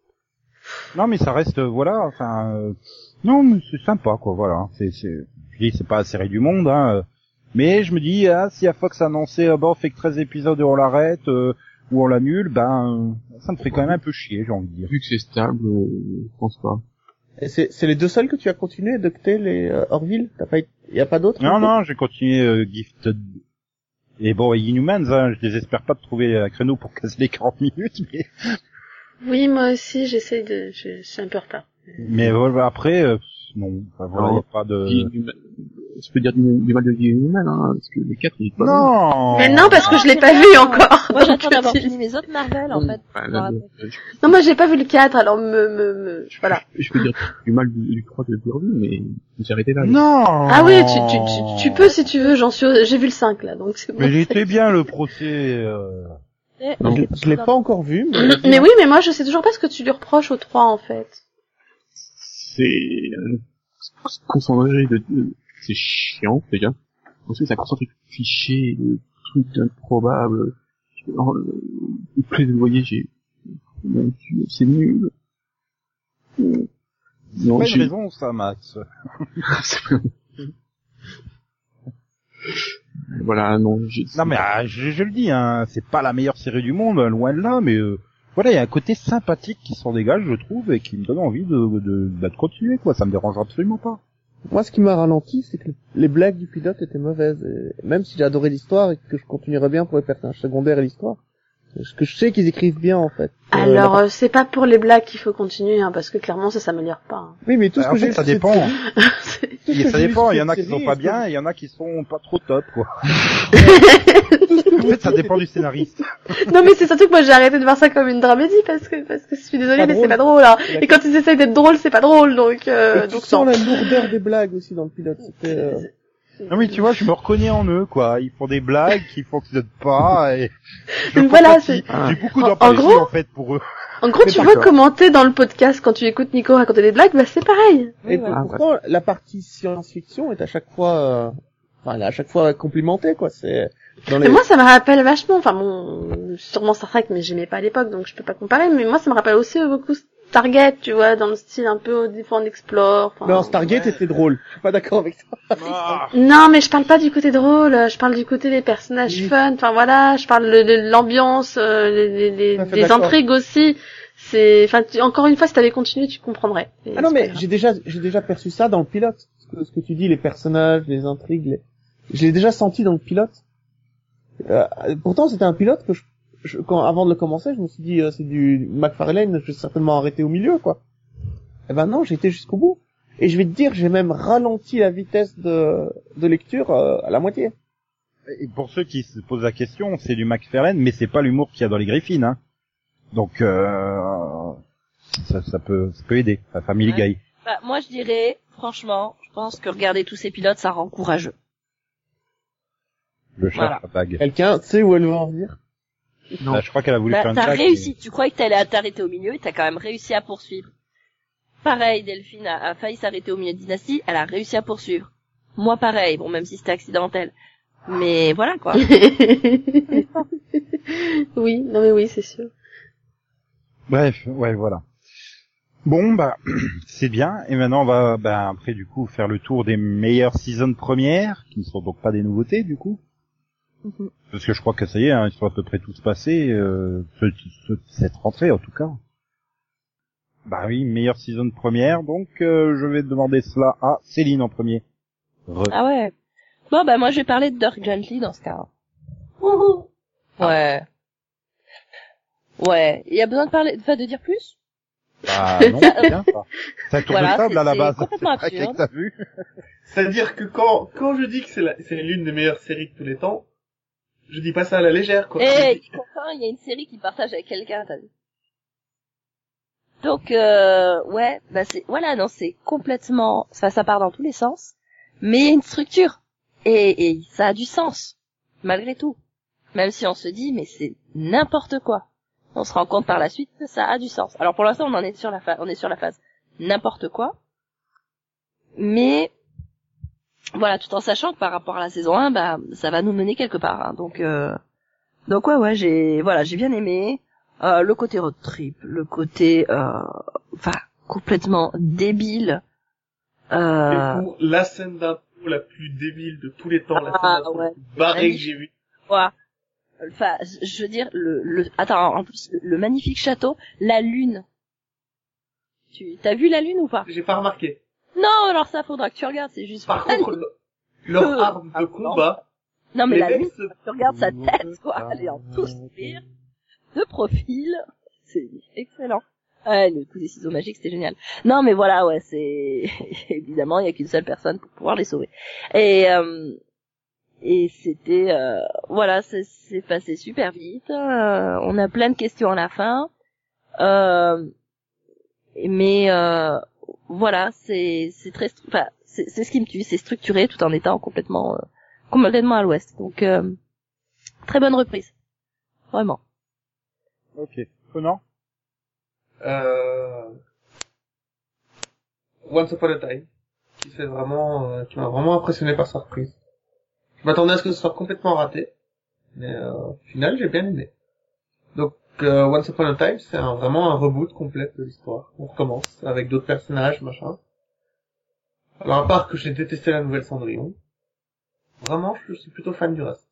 Non, mais ça reste, euh, voilà, enfin, euh, non, mais c'est sympa, quoi, voilà. C'est, c'est, je dis, c'est pas la série du monde, hein, euh, mais je me dis, ah, si à Fox annonçait, ah, bon, on fait que treize épisodes et on l'arrête, euh, ou on l'annule, ben, euh, ça me ferait quand même un peu chier, j'ai envie de dire. Vu que c'est stable, euh, je pense pas. Et c'est, c'est les deux seuls que tu as continué, DuckTales et euh, Orville? T'as pas, y a pas d'autres? Non, non, j'ai continué euh, Gifted. Et bon, et Inhumans, hein, je désespère pas de trouver un créneau pour casser les quarante minutes, mais, Oui, moi aussi, j'essaye de, je, je suis un peu en retard. mais voilà, après, euh, non, enfin, voilà, Non. y a pas de... Inhuman- Je peux dire du, du mal de Inhuman, hein, parce que les quatre, il est pas bon. Non! Mais non, parce que je l'ai pas vu encore. Moi, j'attends Donc, d'avoir tu- fini mes autres Marvel, en fait. Enfin, pour là, raconter. je, je- Non, moi, j'ai pas vu le quatre, alors me, me, me, voilà. je peux dire du mal du, du trois de Burville, mais je me suis arrêté là. Non! Ah oui, tu, tu, tu, tu peux si tu veux, j'en suis, j'ai vu le cinq, là, donc c'est bon. Mais il était bien, le procès, euh... Et- Non. Je, je l'ai pas encore vu, mais... Mais oui, mais moi, je sais toujours pas ce que tu lui reproches au trois, en fait. C'est un concentré de, de- c'est chiant, déjà. Ensuite, c'est un concentré de clichés, de trucs improbables. Alors, euh, le plaidoyer, j'ai, mon Dieu, c'est nul. Euh, C'est Non, pas une j'ai- raison, ça, Max. Voilà, non, j'ai, Non, mais ah, je, je le dis, hein, c'est pas la meilleure série du monde, loin de là, mais euh, voilà, il y a un côté sympathique qui s'en dégage, je trouve, et qui me donne envie de, de, bah, de continuer, quoi. Ça me dérange absolument pas. Moi, ce qui m'a ralenti, c'est que les blagues du pilote étaient mauvaises. Et même si j'ai adoré l'histoire et que je continuerais bien pour les personnages secondaires et l'histoire, Parce que je sais qu'ils écrivent bien, en fait. Euh, Alors, la- euh, c'est pas pour les blagues qu'il faut continuer, hein, parce que clairement, ça s'améliore pas. Hein. Oui, mais tout ce Bah, que en fait, j'ai ça de cette dépend. série- C'est- tout ce Et que ça j'ai dépend, lu il y de en a cette qui sont série, pas est-ce que- bien, et il y en a qui sont pas trop top, quoi. tout ce que En vous fait, ça dépend du scénariste. non, mais c'est surtout que moi, j'ai arrêté de voir ça comme une dramédie, parce que, parce que je suis désolée, Pas mais drôle. c'est pas drôle, hein. D'accord. Et quand ils essayent d'être drôles, c'est pas drôle, donc, euh, Et tu donc sens non. la lourdeur des blagues aussi dans le pilote. C'était, euh, Non mais tu vois, je me reconnais en eux, quoi. Ils font des blagues qui fonctionnent pas, et je Donc voilà, compatis. c'est- J'ai beaucoup En- en d'empathie, gros- en fait, pour eux. En gros, Mais tu par vois contre- commenter dans le podcast quand tu écoutes Nico raconter des blagues, bah c'est pareil. Oui, Et voilà. pourtant, la partie science-fiction est à chaque fois, euh, enfin, elle est à chaque fois complimentée, quoi. C'est dans les. Mais moi, ça me rappelle vachement, enfin bon, sûrement Star Trek, mais j'aimais pas à l'époque, donc je peux pas comparer, mais moi, ça me rappelle aussi beaucoup Stargate, tu vois, dans le style un peu des fois on explore. Enfin, Non, Stargate ouais. était drôle. Je suis pas d'accord avec ça. Ah. Non, mais je parle pas du côté drôle, je parle du côté des personnages Oui. fun, enfin voilà, je parle de, de l'ambiance, euh, les, les, Tout à fait des d'accord. intrigues aussi. C'est, enfin, tu- encore une fois, si t'avais continué, tu comprendrais. Et Ah non, c'est mais pas grave. j'ai déjà, j'ai déjà perçu ça dans le pilote. Ce que, ce que tu dis, les personnages, les intrigues, les... je l'ai déjà senti dans le pilote. Euh, pourtant, c'était un pilote que je, je- quand, avant de le commencer, je me suis dit, euh, c'est du McFarlane, je vais certainement arrêter au milieu, quoi. Eh ben non, j'ai été jusqu'au bout. Et je vais te dire, j'ai même ralenti la vitesse de, de lecture euh, à la moitié. Et pour ceux qui se posent la question, c'est du McFarlane, mais c'est pas l'humour qu'il y a dans les Griffins, hein. Donc, euh, ça, ça peut, ça peut aider. Enfin, Family Ouais. Guy. Bah, moi, je dirais, franchement, je pense que regarder tous ces pilotes, ça rend courageux. Le chat, Voilà. la bague. Quelqu'un sait où elle va en venir? Non. Bah, je crois qu'elle a voulu Bah, faire une t'as blague, réussi. Tu croyais que t'allais t'arrêter au milieu et t'as quand même réussi à poursuivre. Pareil, Delphine a, a failli s'arrêter au milieu de Dynasty, elle a réussi à poursuivre. Moi, pareil. Bon, même si c'était accidentel. Mais voilà, quoi. oui, non mais oui, c'est sûr. Bref, ouais, voilà. Bon, bah, c'est bien. Et maintenant, on va, bah, après, du coup, faire le tour des meilleures seasons premières, qui ne sont donc pas des nouveautés, du coup. Mhm. Parce que je crois que ça y est, hein, ils sont à peu près tous passés, euh, ce- ce- cette rentrée, en tout cas. Bah oui, meilleure season première, donc euh, je vais demander cela à Céline en premier. Re. Ah ouais. Bon, bah, moi, je vais parler de Dirk Gently dans ce cas. Ouais. Ouais. Il y a besoin de parler, enfin, de dire plus? Bah non, c'est bien ça. C'est un tour Voilà, de table c'est- à la c'est base. complètement C'est vrai absurde. que t'as vu. C'est-à-dire que quand, quand je dis que c'est la- c'est l'une des meilleures séries de tous les temps, je dis pas ça à la légère, quoi. Eh, enfin, il y a une série qui partage avec quelqu'un, t'as vu. Donc, euh, ouais, bah c'est, voilà, non, c'est complètement, enfin, ça part dans tous les sens, mais il y a une structure. Et, et ça a du sens, malgré tout. Même si on se dit, mais c'est n'importe quoi. On se rend compte par la suite que ça a du sens. Alors pour l'instant, on en est sur la phase, on est sur la phase n'importe quoi. Mais, voilà, tout en sachant que par rapport à la saison un, bah, ça va nous mener quelque part, hein. Donc, euh, donc ouais, ouais, j'ai, voilà, j'ai bien aimé, euh, le côté road trip, le côté, euh, enfin, complètement débile, euh, Et pour la scène d'intro la plus débile de tous les temps, la scène Ah, d'intro ouais. la plus barrée que j'ai vue. quoi. Enfin, je veux dire, le, le, attends, en plus, le, le magnifique château, la lune. Tu, t'as vu la lune ou pas? J'ai pas remarqué. Non, alors ça faudra que tu regardes, c'est juste Par magnifique. contre, le- leur Euh, arme ah, de non. combat, Non, mais les la mecs lune, se- tu regardes sa tête, quoi, elle est en tout sourire, de profil, c'est excellent. Ouais, le coup des ciseaux magiques, c'était génial. Non, mais voilà, ouais, c'est, évidemment, il y a qu'une seule personne pour pouvoir les sauver. Et, euh, et c'était, euh, voilà, c'est, c'est passé super vite, euh, on a plein de questions à la fin, euh, mais, euh, voilà, c'est, c'est très, stru- enfin, c'est, c'est ce qui me tue, c'est structuré tout en étant complètement, euh, complètement à l'ouest. Donc, euh, très bonne reprise. Vraiment. Ok. Conan. euh, Once Upon a Time, qui fait vraiment, euh, qui m'a vraiment impressionné par sa reprise. Je m'attendais à ce que ce soit complètement raté, mais euh, au final, j'ai bien aimé. Donc, euh, Once Upon a Time, c'est un, vraiment un reboot complet de l'histoire. On recommence avec d'autres personnages, machin. Alors, à part que j'ai détesté la nouvelle Cendrillon, vraiment, je suis plutôt fan du reste.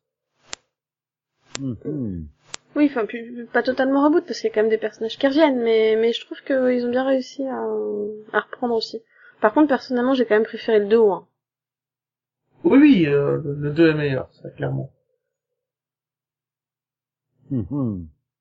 Mhm. Oui, enfin, plus- pas totalement reboot, parce qu'il y a quand même des personnages qui reviennent, mais, mais je trouve qu'ils ont bien réussi à, à reprendre aussi. Par contre, personnellement, j'ai quand même préféré le deux au un. Oui, oui, euh, le deux est meilleur, ça, clairement. Mhm.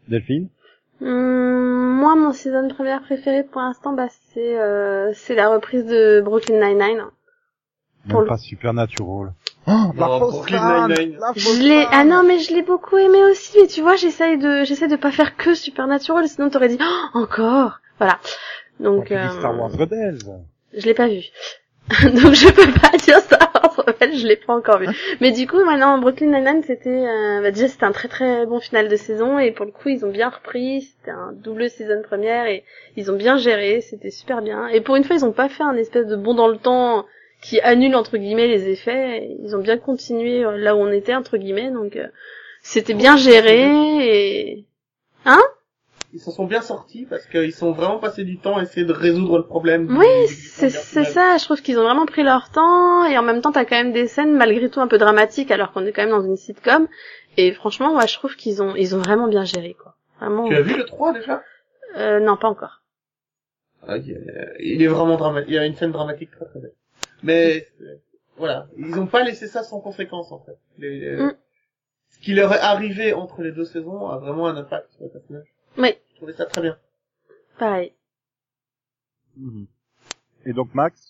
Delphine? Hum, moi, mon season première préférée pour l'instant, bah, c'est, euh, c'est la reprise de Brooklyn Nine-Nine. Pour Même le- pas Supernatural. Oh, la Non, fausse Brooklyn fan, Nine-Nine. la Je fausse l'ai, fan. ah non, mais je l'ai beaucoup aimé aussi, mais tu vois, j'essaye de, j'essaie de pas faire que Supernatural, sinon t'aurais dit, oh, encore! Voilà. Donc, Quand tu dis euh, Star Wars Rebels. je l'ai pas vu. Donc je peux pas dire Star Wars Rebels, je l'ai pas encore vu. Mais du coup, maintenant, Brooklyn Nine-Nine, c'était, euh, bah, déjà, c'était un très très bon final de saison, et pour le coup, ils ont bien repris, c'était un double season première, et ils ont bien géré, c'était super bien. Et pour une fois, ils ont pas fait un espèce de bond dans le temps qui annule, entre guillemets, les effets, ils ont bien continué là où on était, entre guillemets, donc, euh, c'était bien géré, et... Hein? Ils s'en sont bien sortis parce qu'ils sont vraiment passés du temps à essayer de résoudre le problème. du- Oui, du- du c'est premier c'est final. ça, je trouve qu'ils ont vraiment pris leur temps, et en même temps t'as quand même des scènes malgré tout un peu dramatiques alors qu'on est quand même dans une sitcom, et franchement, moi je trouve qu'ils ont ils ont vraiment bien géré, quoi. Vraiment. Tu as vu le trois déjà? Euh, non, pas encore. Ah, il est- il est vraiment dramatique. Il y a une scène dramatique très très belle. Mais euh, voilà, ils ont pas laissé ça sans conséquence en fait. Les- les- Mm. Ce qui leur est arrivé entre les deux saisons a vraiment un impact sur le personnage. Oui, Je trouvais ça très bien. pareil. Mhm. Et donc Max?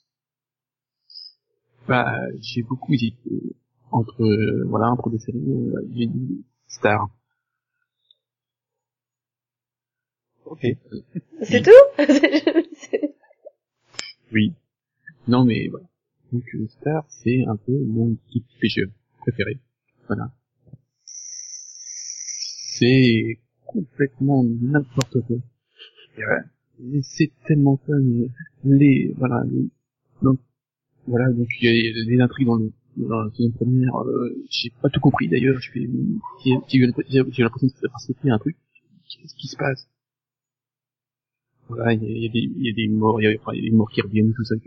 Bah, j'ai beaucoup hésité entre, euh, voilà, entre deux séries, euh, j'ai dit Star. Ok. C'est Oui. tout? C'est- Oui. Non, mais voilà. Donc, euh, Star, c'est un peu mon petit pêcheur préféré. Voilà. C'est complètement n'importe quoi. Et ouais. Et c'est tellement fun. Les, voilà. les- donc, voilà, donc il y a, il y a des intrigues dans le, dans la saison première, euh, j'ai pas tout compris d'ailleurs, je fais, j'ai, j'ai eu l'impression j'ai eu l'impression de faire sauter un truc. Qu'est-ce qui se passe? Voilà, il y a, il y a des, il y a des morts, il y a, enfin, il y a des morts qui reviennent, tout ça.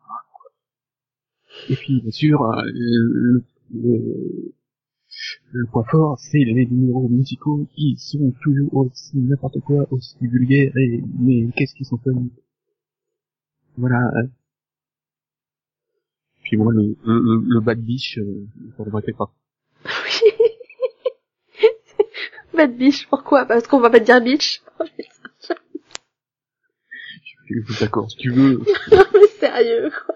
Et puis, bien sûr, euh, le, le, le point fort, c'est les numéros musicaux qui sont toujours aussi n'importe quoi, aussi vulgaires, et, mais qu'est-ce qu'ils sont fun. Voilà. euh. Puis moi, le, le, le, le Bad Biche, euh, je ne regrette pas. Oui. Bad bitch, pourquoi? Parce qu'on va pas te dire bitch. Oh, putain. Je suis d'accord, si tu veux. Non, mais sérieux, quoi.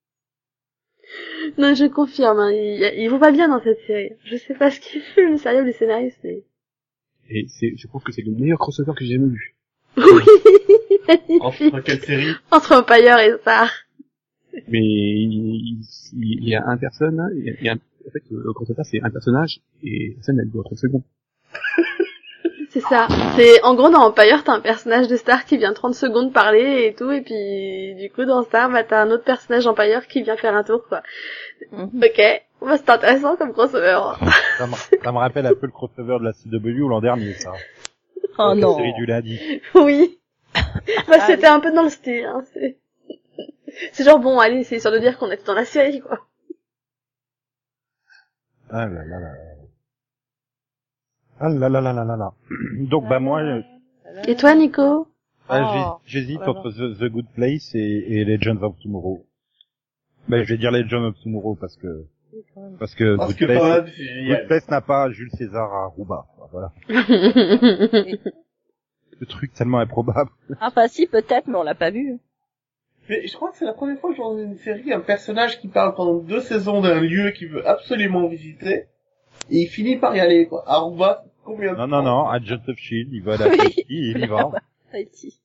Non, je confirme, hein, il, il vaut pas bien dans cette série. Je sais pas ce qu'il fait, mais sérieux, les scénaristes, c'est... Et c'est, je pense que c'est le meilleur crossover que j'ai jamais vu. Oui, magnifique. Entre quelle série? Entre Empire et Star. Mais il, il, il y a un personne, il y a, il y a un, en fait, le crossover c'est un personnage, et la scène elle dure trente secondes. C'est ça. C'est, en gros, dans Empire, t'as un personnage de Star qui vient trente secondes parler et tout, et puis, du coup, dans Star, bah, t'as un autre personnage Empire qui vient faire un tour, quoi. Mhm. Ok. Bah, c'est intéressant comme crossover. Ça me, ça me rappelle un peu le crossover de la C W l'an dernier, ça. Oh Avec non. La série du lundi. Oui. Bah, Ah, c'était un peu dans le style, hein. C'est, c'est genre, bon, allez, c'est sûr de dire qu'on est dans la série, quoi. Ah là là là. Ah là là là là là là. Donc bah moi, euh, Et toi, Nico? ah, j'hé- j'hésite Oh là là. entre The, The Good Place et, et Legends of Tomorrow. Ben je vais dire Legends of Tomorrow parce que parce que Parce Good que Place, quand même, c'est Good génial. Place n'a pas Jules César à Roubaix. Voilà. Le truc tellement improbable. Ah bah si, peut-être, mais on l'a pas vu. Mais je crois que c'est la première fois que je vois dans une série un personnage qui parle pendant deux saisons d'un lieu qu'il veut absolument visiter, et il finit par y aller, quoi. Aruba, combien de Non temps? non non, Agent of Shield, il va à la Tahiti, il y va. Tahiti.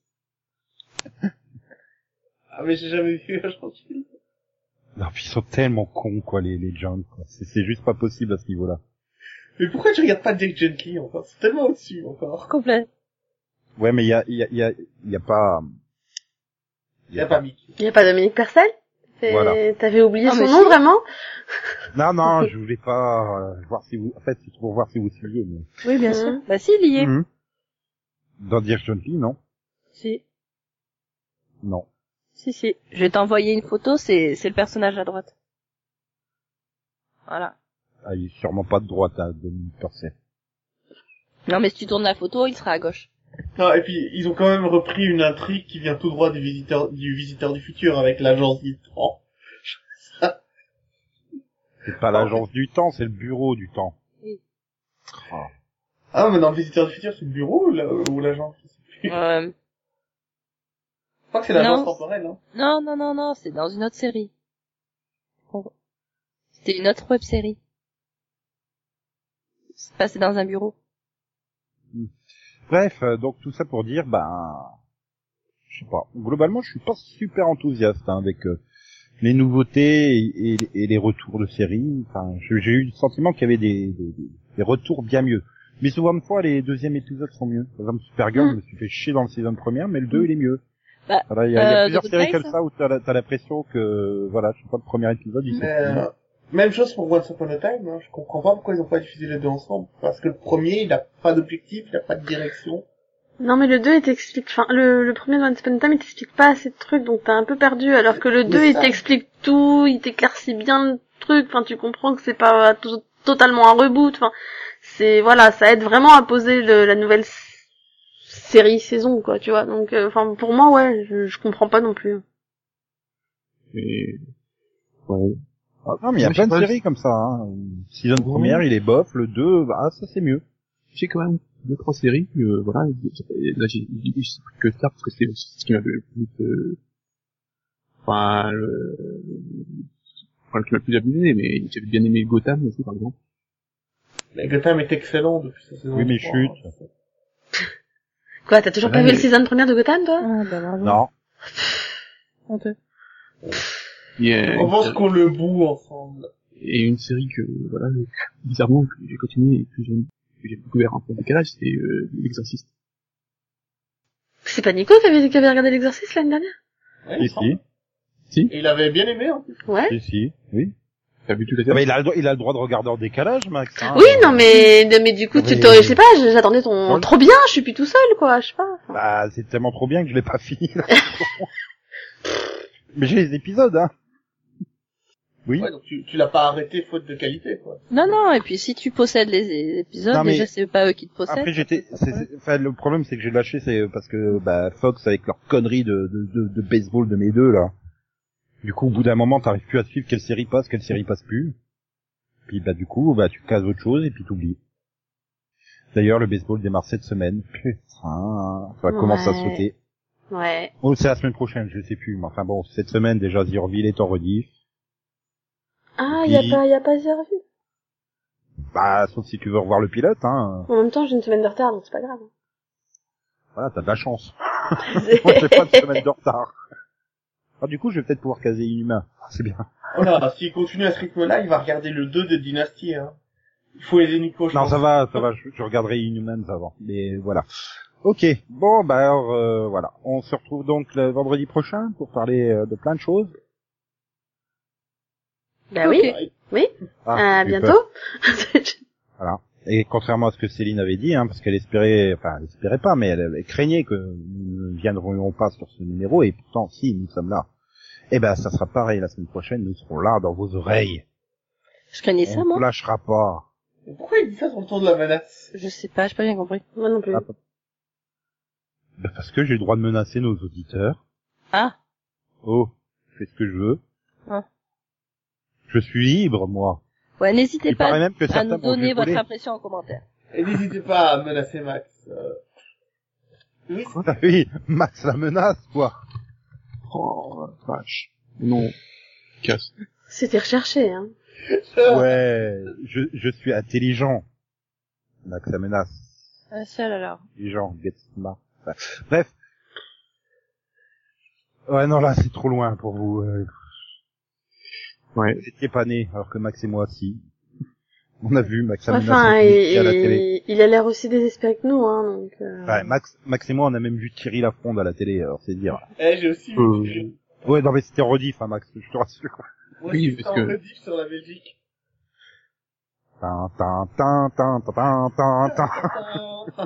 Ah, mais j'ai jamais vu Agent of Shield. Non, puis ils sont tellement cons quoi les les gens. quoi. C'est c'est juste pas possible à ce niveau-là. Mais pourquoi tu regardes pas Jake Gently, encore? C'est tellement au-dessus, encore. Complet. Ouais, mais il y a il y a il y a il y a pas Il y a pas Mick. Y a pas Dominique Percel? C'est- Voilà. T'avais oublié Ah, son mais nom, si. vraiment? Non non, je voulais pas euh, voir si vous en fait, c'est pour voir si vous suivez mais Oui, bien Mhm. sûr. Bah si, il y est. Mhm. Dans Dear John Lee, non. Si. Non. Si, si. Je vais t'envoyer une photo, c'est, c'est le personnage à droite. Voilà. Ah, il est sûrement pas de droite à Dominique Purcell. Non, mais si tu tournes la photo, il sera à gauche. Ah, et puis, ils ont quand même repris une intrigue qui vient tout droit du visiteur, du visiteur du futur avec l'agence du temps. C'est pas l'agence du temps, c'est le bureau du temps. Oui. Ah. Ah, mais dans le Visiteur du Futur, c'est le bureau ou la- ou l'agence? Je sais plus. Euh, Je crois que c'est l'agence Non. temporelle, hein. non, non, non, non, c'est dans une autre série. C'était une autre web série. C'est passé dans un bureau. Bref, euh, donc tout ça pour dire, ben, je sais pas. Globalement, je suis pas super enthousiaste hein, avec euh, les nouveautés et, et, et les retours de séries. Enfin, j'ai j'ai eu le sentiment qu'il y avait des, des, des retours bien mieux. Mais souvent de fois, les deuxièmes épisodes sont mieux. Par exemple, Supergirl, Mm. je me suis fait chier dans le saison première, mais le deux, il est mieux. Bah, Voilà, il y a, il y a euh, plusieurs The Good séries Place, comme ça où t'as la- t'as l'impression que, voilà, je sais pas, le premier épisode, il Mais, s'est euh, même chose pour Once Upon a Time, hein. Je comprends pas pourquoi ils ont pas diffusé les deux ensemble. Parce que le premier, il a pas d'objectif, il a pas de direction. Non, mais le deux, il t'explique, enfin, le, le premier de Once Upon a Time, il t'explique pas assez de trucs, donc t'es un peu perdu, alors que le Mais deux, il ça- t'explique tout, il t'éclaircit bien le truc, enfin, tu comprends que c'est pas to- totalement un reboot, enfin, c'est, voilà, ça aide vraiment à poser le, la nouvelle s- série, saison, quoi, tu vois, donc, euh, enfin, pour moi, ouais, je, je comprends pas non plus. Mais, ouais. Ah, Non, mais il y a moi, plein je de sais pas, séries comme ça. Hein. Saison Ouais. première, il est bof. Le deux, bah ça c'est mieux. J'ai quand même deux, trois séries, euh, voilà. Là, j'ai j'ai- j'ai pris que Star parce que c'est ce qui m'a le plus, euh, enfin, le, enfin, le qui m'a le plus abusé, mais j'avais bien aimé Gotham aussi, par exemple. Mais Gotham est excellent depuis sa saison Oui, mais trois, chut. hein. Quoi, t'as toujours Ouais, pas vu mais- le season première de Gotham, toi? Ah, bah, bravo. Non. Honteux. Et, euh, On une pense série- qu'on le boue ensemble. et une série que, voilà, bizarrement, que j'ai continué et que j'ai, que j'ai découvert un peu en décalage, c'est, euh, L'Exorciste. C'est pas Nico qui avait, qui avait regardé l'exercice l'année dernière? Ouais, Si, il semble. si. Et il avait bien aimé, en plus. Ouais. Si, si. Oui. T'as vu tout la Ah, série? mais il a, le droit- il a le droit de regarder en décalage, Max. Hein. Oui, non, mais, de- mais du coup, tu Mais- t'aurais- je sais pas, j'attendais ton, Ouais. trop bien, je suis plus tout seul, quoi, je sais pas. Enfin, Bah, c'est tellement trop bien que je l'ai pas fini. Là. Mais j'ai les épisodes, hein. Oui. Ouais, donc tu, tu l'as pas arrêté faute de qualité, quoi. Non, non, et puis si tu possèdes les épisodes, Non, mais- déjà c'est pas eux qui te possèdent. Après j'étais, c'est- c'est- enfin le problème c'est que j'ai lâché, c'est parce que bah Fox avec leur connerie de, de, de, de baseball de mes deux là. Du coup au bout d'un moment t'arrives plus à suivre quelle série passe, quelle série passe plus. Puis bah du coup bah tu cases autre chose et puis t'oublies. D'ailleurs le baseball démarre cette semaine. Putain, ça Ouais. commence à sauter. ouais. Oh c'est la semaine prochaine, je sais plus. Mais enfin bon cette semaine déjà The Orville est en rediff. Ah, Et y a puis- pas, y a pas zéro vue. Bah sauf si tu veux revoir le pilote, hein. En même temps, j'ai une semaine de retard, donc c'est pas grave. Voilà t'as de la chance. Moi j'ai pas de semaine de retard. Ah du coup je vais peut-être pouvoir caser Inhumain. Ah, c'est bien. Oh là, s'il continue à ce rythme-là, il va regarder le deux de Dynasty, hein. Il faut aider Nico, je Non, pense. ça va, ça va, je, je regarderai Inhumans avant. Mais voilà. Ok, bon, bah alors, euh, voilà. On se retrouve donc le vendredi prochain pour parler euh, de plein de choses. Bah oui, Ok. oui. Ah, À j'ai eu bientôt. peur. Voilà. Et contrairement à ce que Céline avait dit, hein, parce qu'elle espérait, enfin, elle espérait pas, mais elle, elle craignait que nous ne viendrions pas sur ce numéro, et pourtant, si, nous sommes là. Eh ben, ça sera pareil la semaine prochaine, nous serons là dans vos oreilles. Je craignais ça, On ne moi. lâchera pas. Mais pourquoi il dit ça sur le ton de la menace? Je sais pas, j'ai pas bien compris. Moi non plus. Ah, Ben, parce que j'ai le droit de menacer nos auditeurs. Ah, Oh, je fais ce que je veux. Ah. Je suis libre, moi. ouais, n'hésitez Il pas paraît même que à certains nous vont donner juger. votre impression en commentaire. Et n'hésitez pas à menacer Max. Euh... Oui, Ah oui, Max la menace, quoi. Oh, vache. Non. Casse. C'était recherché, hein. c'est- Ouais, je, je suis intelligent. Max la menace. Un seul alors. Intelligent, get smart. Enfin, bref. Ouais, non, là, c'est trop loin pour vous. euh, Ouais. Vous étiez pas nés, alors que Max et moi, si. On a vu Max la menace Enfin, en il, public à la télé. il, il a l'air aussi désespéré que nous, hein, donc, euh... Ouais, Max, Max et moi, on a même vu Thierry Lafronde à la télé, alors c'est dire. Eh, j'ai aussi Euh, vu. Ouais, non, mais c'était rediff, hein, Max, je te rassure. Moi, oui, j'étais parce en que- rediff sur la Belgique. Tin, tin, tin, tin, tin, tin, tin, tin.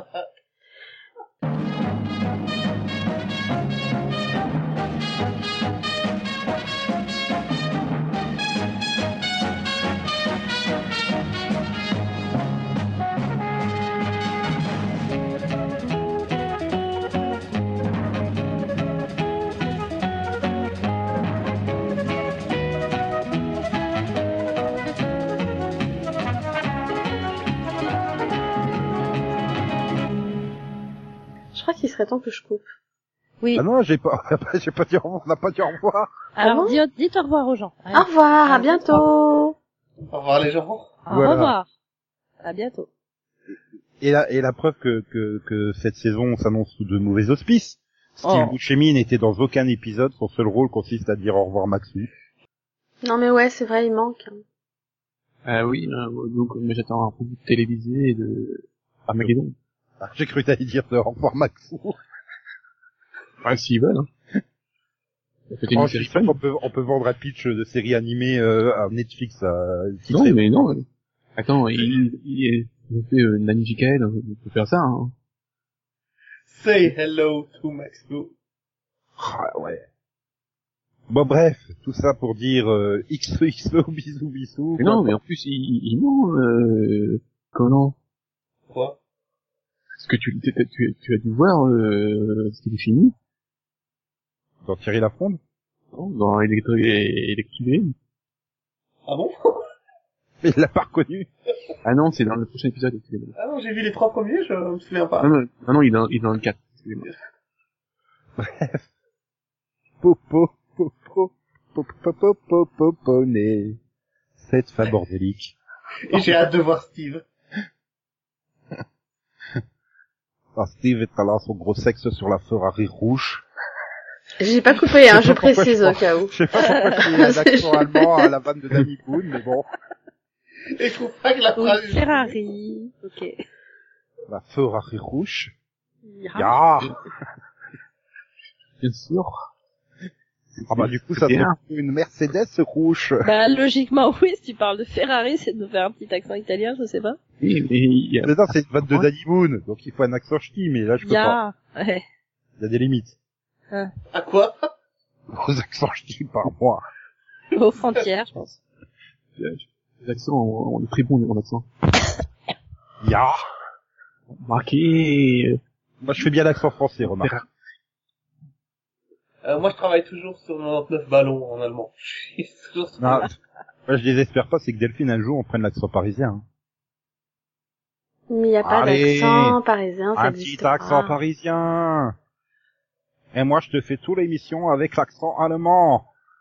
Je crois qu'il serait temps que je coupe. Oui. Ah non, j'ai pas, j'ai pas dit au revoir, on n'a pas dit au revoir. Alors, Ah bon dis, dites au revoir aux gens. Allez. Au revoir, à Un, deux, bientôt. Au revoir les gens. Au Voilà. revoir. À bientôt. Et la, et la preuve que, que, que cette saison s'annonce sous de mauvais auspices. Steve Oh. Buscemi n'était dans aucun épisode, son seul rôle consiste à dire au revoir Maxou. Non mais ouais, c'est vrai, il manque. Ah oui, euh, donc mais j'attends un produit télévisé de Armageddon. Ah, j'ai cru t'allais dire de au revoir Maxou. Enfin, s'ils veulent, hein. Peut-être une Oh, série je suis sûr fun. qu'on peut, on peut vendre un pitch de série animée euh, à Netflix à Non, titrer. mais non. euh. Attends, il, il, il fait euh, Nanny J K L, on peut faire ça, hein. Say hello to Maxwell. Ah, ouais. Bon bref, tout ça pour dire euh, X O X O, bisous bisous. Mais non, mais en plus, il, il, il ment, euh, comment? Quoi? Parce que tu, tu, tu, tu as dû voir, euh, ce qu'il est fini, Dans Thierry Lafronde. non, dans Electrivé. Ah bon? Mais il l'a pas reconnu. Ah non, c'est dans le prochain épisode, excusez-moi. Ah non, j'ai vu les trois premiers, je me souviens pas. Non, non, non, non, il est dans, il est dans le quatre, excusez-moi. Popo, popo, popo, popo, popo, né. Cette femme bordélique. Et j'ai hâte de voir Steve. Ah, Steve est là, son gros sexe sur la Ferrari rouge. J'ai pas coupé, hein, Je sais je pas pourquoi précise je au pense- cas où. Je sais pas pourquoi j'ai un accent allemand à la vanne de Danny Boone, mais bon. Et je trouve pas que la Oui, phrase... Ferrari. Ok. La Ferrari rouge. Ya. Ya. Bien sûr. Ah bah du coup, ça C'est serait bien. une Mercedes rouge. Bah, logiquement, oui, si tu parles de Ferrari, c'est de nous faire un petit accent italien, je sais pas. Oui, mais il y a... Mais non, c'est une vanne de Danny Boone, donc il faut un accent ch'ti, mais là je peux pas. Ya. Ouais. Il y a des limites. À quoi? Aux accents ch'ti par mois. Aux frontières, je pense. Les accents, on, on est très bon en accent. Ya. Marqué, euh, Moi je fais bien l'accent français, remarque. Euh, moi, je travaille toujours sur quatre-vingt-dix-neuf ballons en allemand. Je suis toujours sur... Non, moi je désespère pas, c'est que Delphine un jour on prenne l'accent parisien. hein. Mais il y a pas Allez, d'accent parisien, ça Un existe petit accent pas. parisien. Et moi je te fais toute l'émission avec l'accent allemand.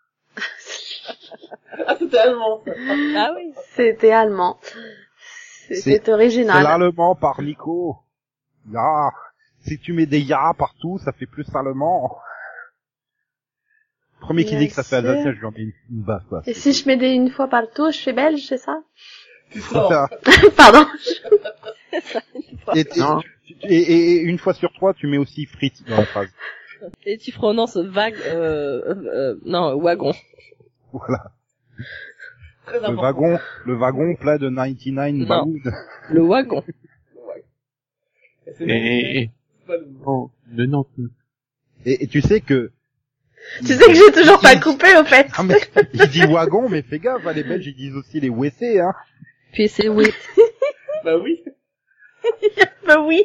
Ah, c'était allemand, ça. Ah oui. C'était allemand. C'est- C'était C'est original. l'allemand par Nico. Ya. Si tu mets des ya partout, ça fait plus allemand. Premier qui Bien dit que ça fait sûr. alsacien, je lui en mets une, une baffe. quoi. Et si je mets des une fois partout, je fais belge, c'est ça? Tu sors. Ça. Pardon. Et, et- Non. et- et- et une fois sur trois, tu mets aussi frites dans la phrase. Et tu prononces vague, euh, euh, euh, non, wagon. Voilà. Très Le important. wagon, le wagon plein de quatre-vingt-dix-neuf Non. ballons. Le wagon. Et c'est et, et, ballon. oh, le Nantes. Et, et tu sais que... Tu sais que j'ai toujours pas coupé, au fait. Ah, mais, il dit wagon, mais fais gaffe, hein, les Belges, ils disent aussi les W C, hein. Puis c'est oui. Bah oui. Bah oui.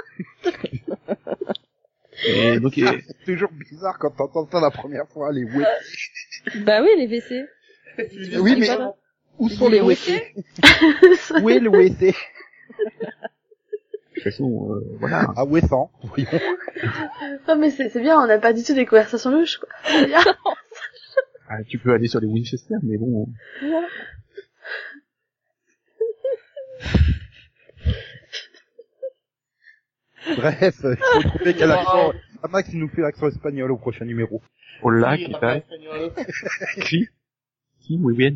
Et donc, et, C'est toujours bizarre quand t'entends ça la première fois, les W C. Bah oui, les W C. Tu veux dire Oui, ça, mais ça où sont les W C? Où est le W C? de toute façon, euh, voilà. À Ouessant, voyons. Oh, mais c'est c'est bien, on n'a pas du tout des conversations louches, quoi. C'est bien. Ah, tu peux aller sur les Winchester, mais bon. Bref, il faut trouver quel accent... Ah, Max, il nous fait l'accent espagnol au prochain numéro. Hola, Oui, ¿qué rappel tal? espagnol. Sí. Sí, muy bien.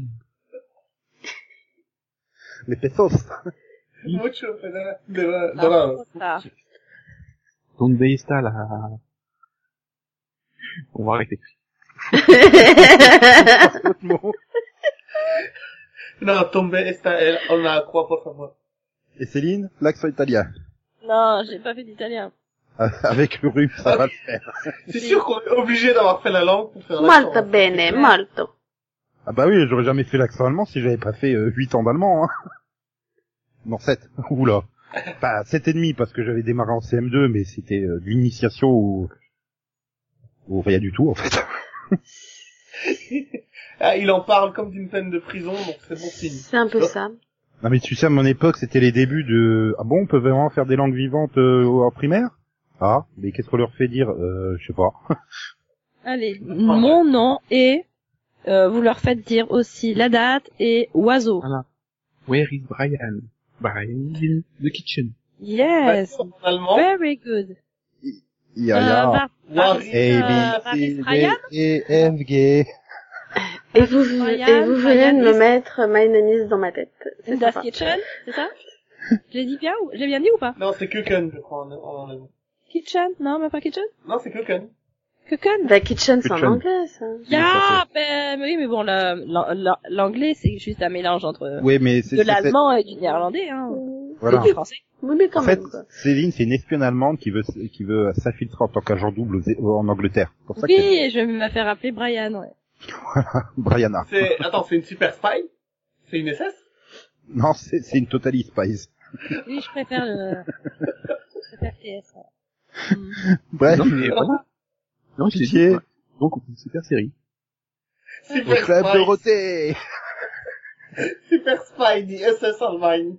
Les pesos. Mucho, de, de, dollars. Ah, ¿Dónde está la... On va arrêter. Autre mot. Non, tombe esta, el, on la croix, por favor. Et Céline, l'accent italien. non, j'ai pas fait d'italien. Ah, avec le rhume, ça va le faire. C'est sûr qu'on est obligé d'avoir fait la langue pour faire Molto l'accent. bene, molto. Ah bah oui, j'aurais jamais fait l'accent allemand si j'avais pas fait euh, huit ans d'allemand, hein. Non, sept. Oula. Enfin, sept et demi, parce que j'avais démarré en C M deux, mais c'était euh, de l'initiation au... au rien du tout, en fait. Ah, il en parle comme d'une peine de prison, donc c'est bon signe. C'est un peu ça. Non mais tu sais, à mon époque, c'était les débuts de... Ah bon, on peut vraiment faire des langues vivantes euh, en primaire? Ah, mais qu'est-ce qu'on leur fait dire? Euh, je sais pas. Allez, mon nom et euh, vous leur faites dire aussi la date et oiseau. Voilà. Where is Brian? Brian is in the kitchen. Yes, En allemand. very good. Il y a, Euh, il y a Bar- War- Bar- A, euh, B, C, Brian D, E, F, G. Et vous, Brian, et vous venez Brian de me is- mettre My Name is dans ma tête. C'est Das sympa. Kitchen, c'est ça? Je l'ai dit bien ou, je l'ai bien dit ou pas? Non, c'est Kuken, je crois, en, en allemand. Kitchen? Non, mais pas Kitchen? Non, c'est Kuken. Kuken? Bah, Kitchen, c'est en Kitchen. anglais, ça. Ah, ben, oui, mais bon, le- l'an- l'anglais, c'est juste un mélange entre Oui, mais c'est, de c'est- l'allemand et du néerlandais, hein. voilà. Et du français. Oui, mais quand En fait, même, quoi. Céline, c'est une espionne allemande qui veut, qui veut s'infiltrer en tant qu'agent double aux- en Angleterre. C'est pour ça Oui, que et je vais me faire appeler Brian, ouais. Brianna. C'est, attends, c'est une super spy? C'est une S S? Non, c'est, c'est une Totally Spies. Oui, je préfère le, je préfère T S, ouais. Hmm. Bref, Non, mais voilà. Non, je l'ai dit. pitié, quoi. Donc, on fait une super série. au Super club spy. Dorothée. Super spy, dit S S Allemagne.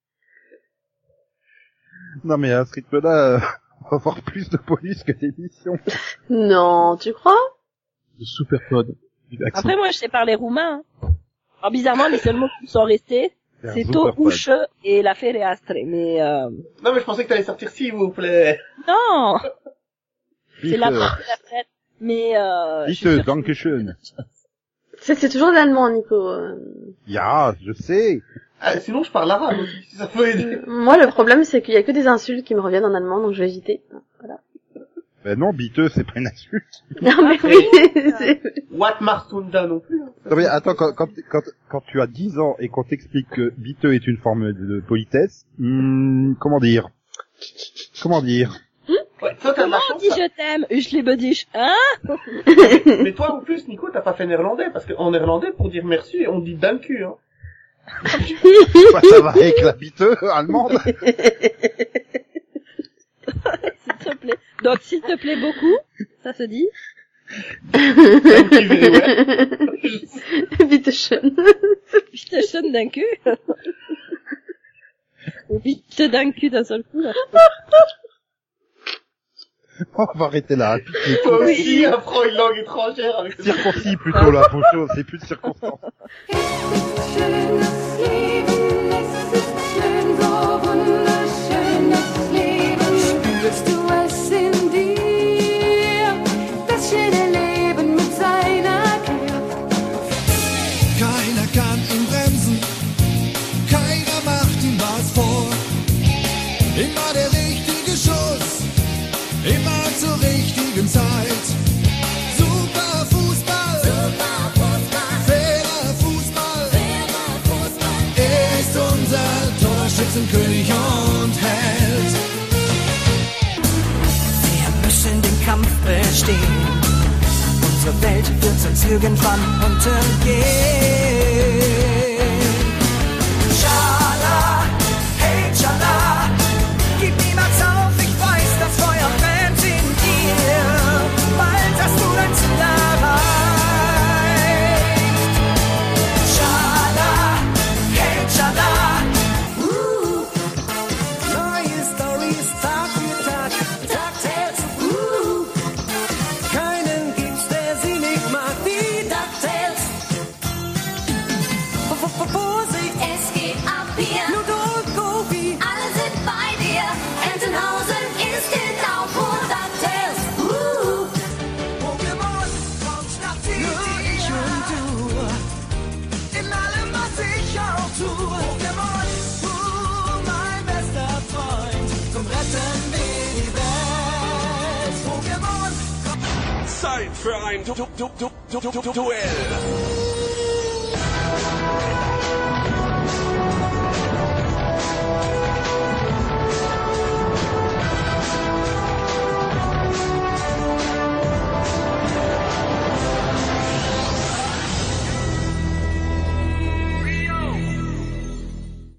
Non, mais à ce rythme-là, euh, on va avoir plus de police que d'émissions. Non, tu crois? Le super pod. Accent. Après, moi, je sais parler roumain, hein. Alors, bizarrement, les seuls mots qui me sont restés, c'est to, Superpod. uche et la fereastre, mais euh, Non, mais je pensais que t'allais sortir s'il vous plaît. non! C'est la Bitte, porte de la fête. Mais, euh, je suis bitte, sûre- dankeschön. C'est, c'est toujours l'allemand, Nico. euh. Ja, je sais. Ah, sinon, je parle arabe aussi, si ça peut aider. Moi, le problème, c'est qu'il y a que des insultes qui me reviennent en allemand, donc je vais éviter. Voilà. Ben non, biteux, c'est pas une insulte. Non, mais oui, c'est... What Marstunda non plus. Hein. Non, mais attends, quand, quand, quand, quand tu as dix ans et qu'on t'explique que biteux est une forme de politesse, hmm, comment dire? Comment dire? Ouais, toi, t'as de la Comment on chance. dit ça. je t'aime, je les bodiche, hein? Mais toi, en plus, Nico, t'as pas fait néerlandais, parce qu'en néerlandais, pour dire merci, on dit dank u, hein. Quoi, ça va avec la biteux allemande? S'il te plaît. Donc, s'il te plaît beaucoup, ça se dit. Dank u very well. Vite schön. Je te sonne d'un cul. Ou vite d'un cul d'un seul coup, là. On va arrêter là, pitié. Toi aussi, apprends une langue étrangère avec ce Circoncis plutôt là, faut chose, c'est plus de circonstances. Schönes Leben, es ist schön, so wunderschönes Leben. Spürst du es in dir? Das schöne Leben mit seiner Kraft. Keiner kann ihn bremsen, keiner macht ihm was vor. Immer der richtige Schuss, immer zur richtigen Zeit. Super Fußball, super Fußball, fairer Fußball, fairer Fußball. Er ist unser Torschützenkönig und Held. Wir müssen den Kampf bestehen. Unsere Welt wird uns irgendwann untergehen. Schala, hey Schala, gib niemals auf, ich weiß, das Feuer brennt in dir. Bald hast du dein Ziel erreicht. Schala, hey Schala, uh. Neue Stories Tag für Tag, Tag zählt, uh. Keinen gibt's, der sie nicht mag, wie DuckTales. Vorsicht, Es geht ab hier, Pluto und Goofy. alle sind bei dir. Entenhausen ist genau vor DuckTales. Uh. Pokémon, komm, schnapp sie nur ich und du. In allem, was ich auch tu. Pokémon, uh, mein bester Freund. Zum Retten wir die Welt. Pokémon, Zeit für ein Du Du Du Du Du Du Duell.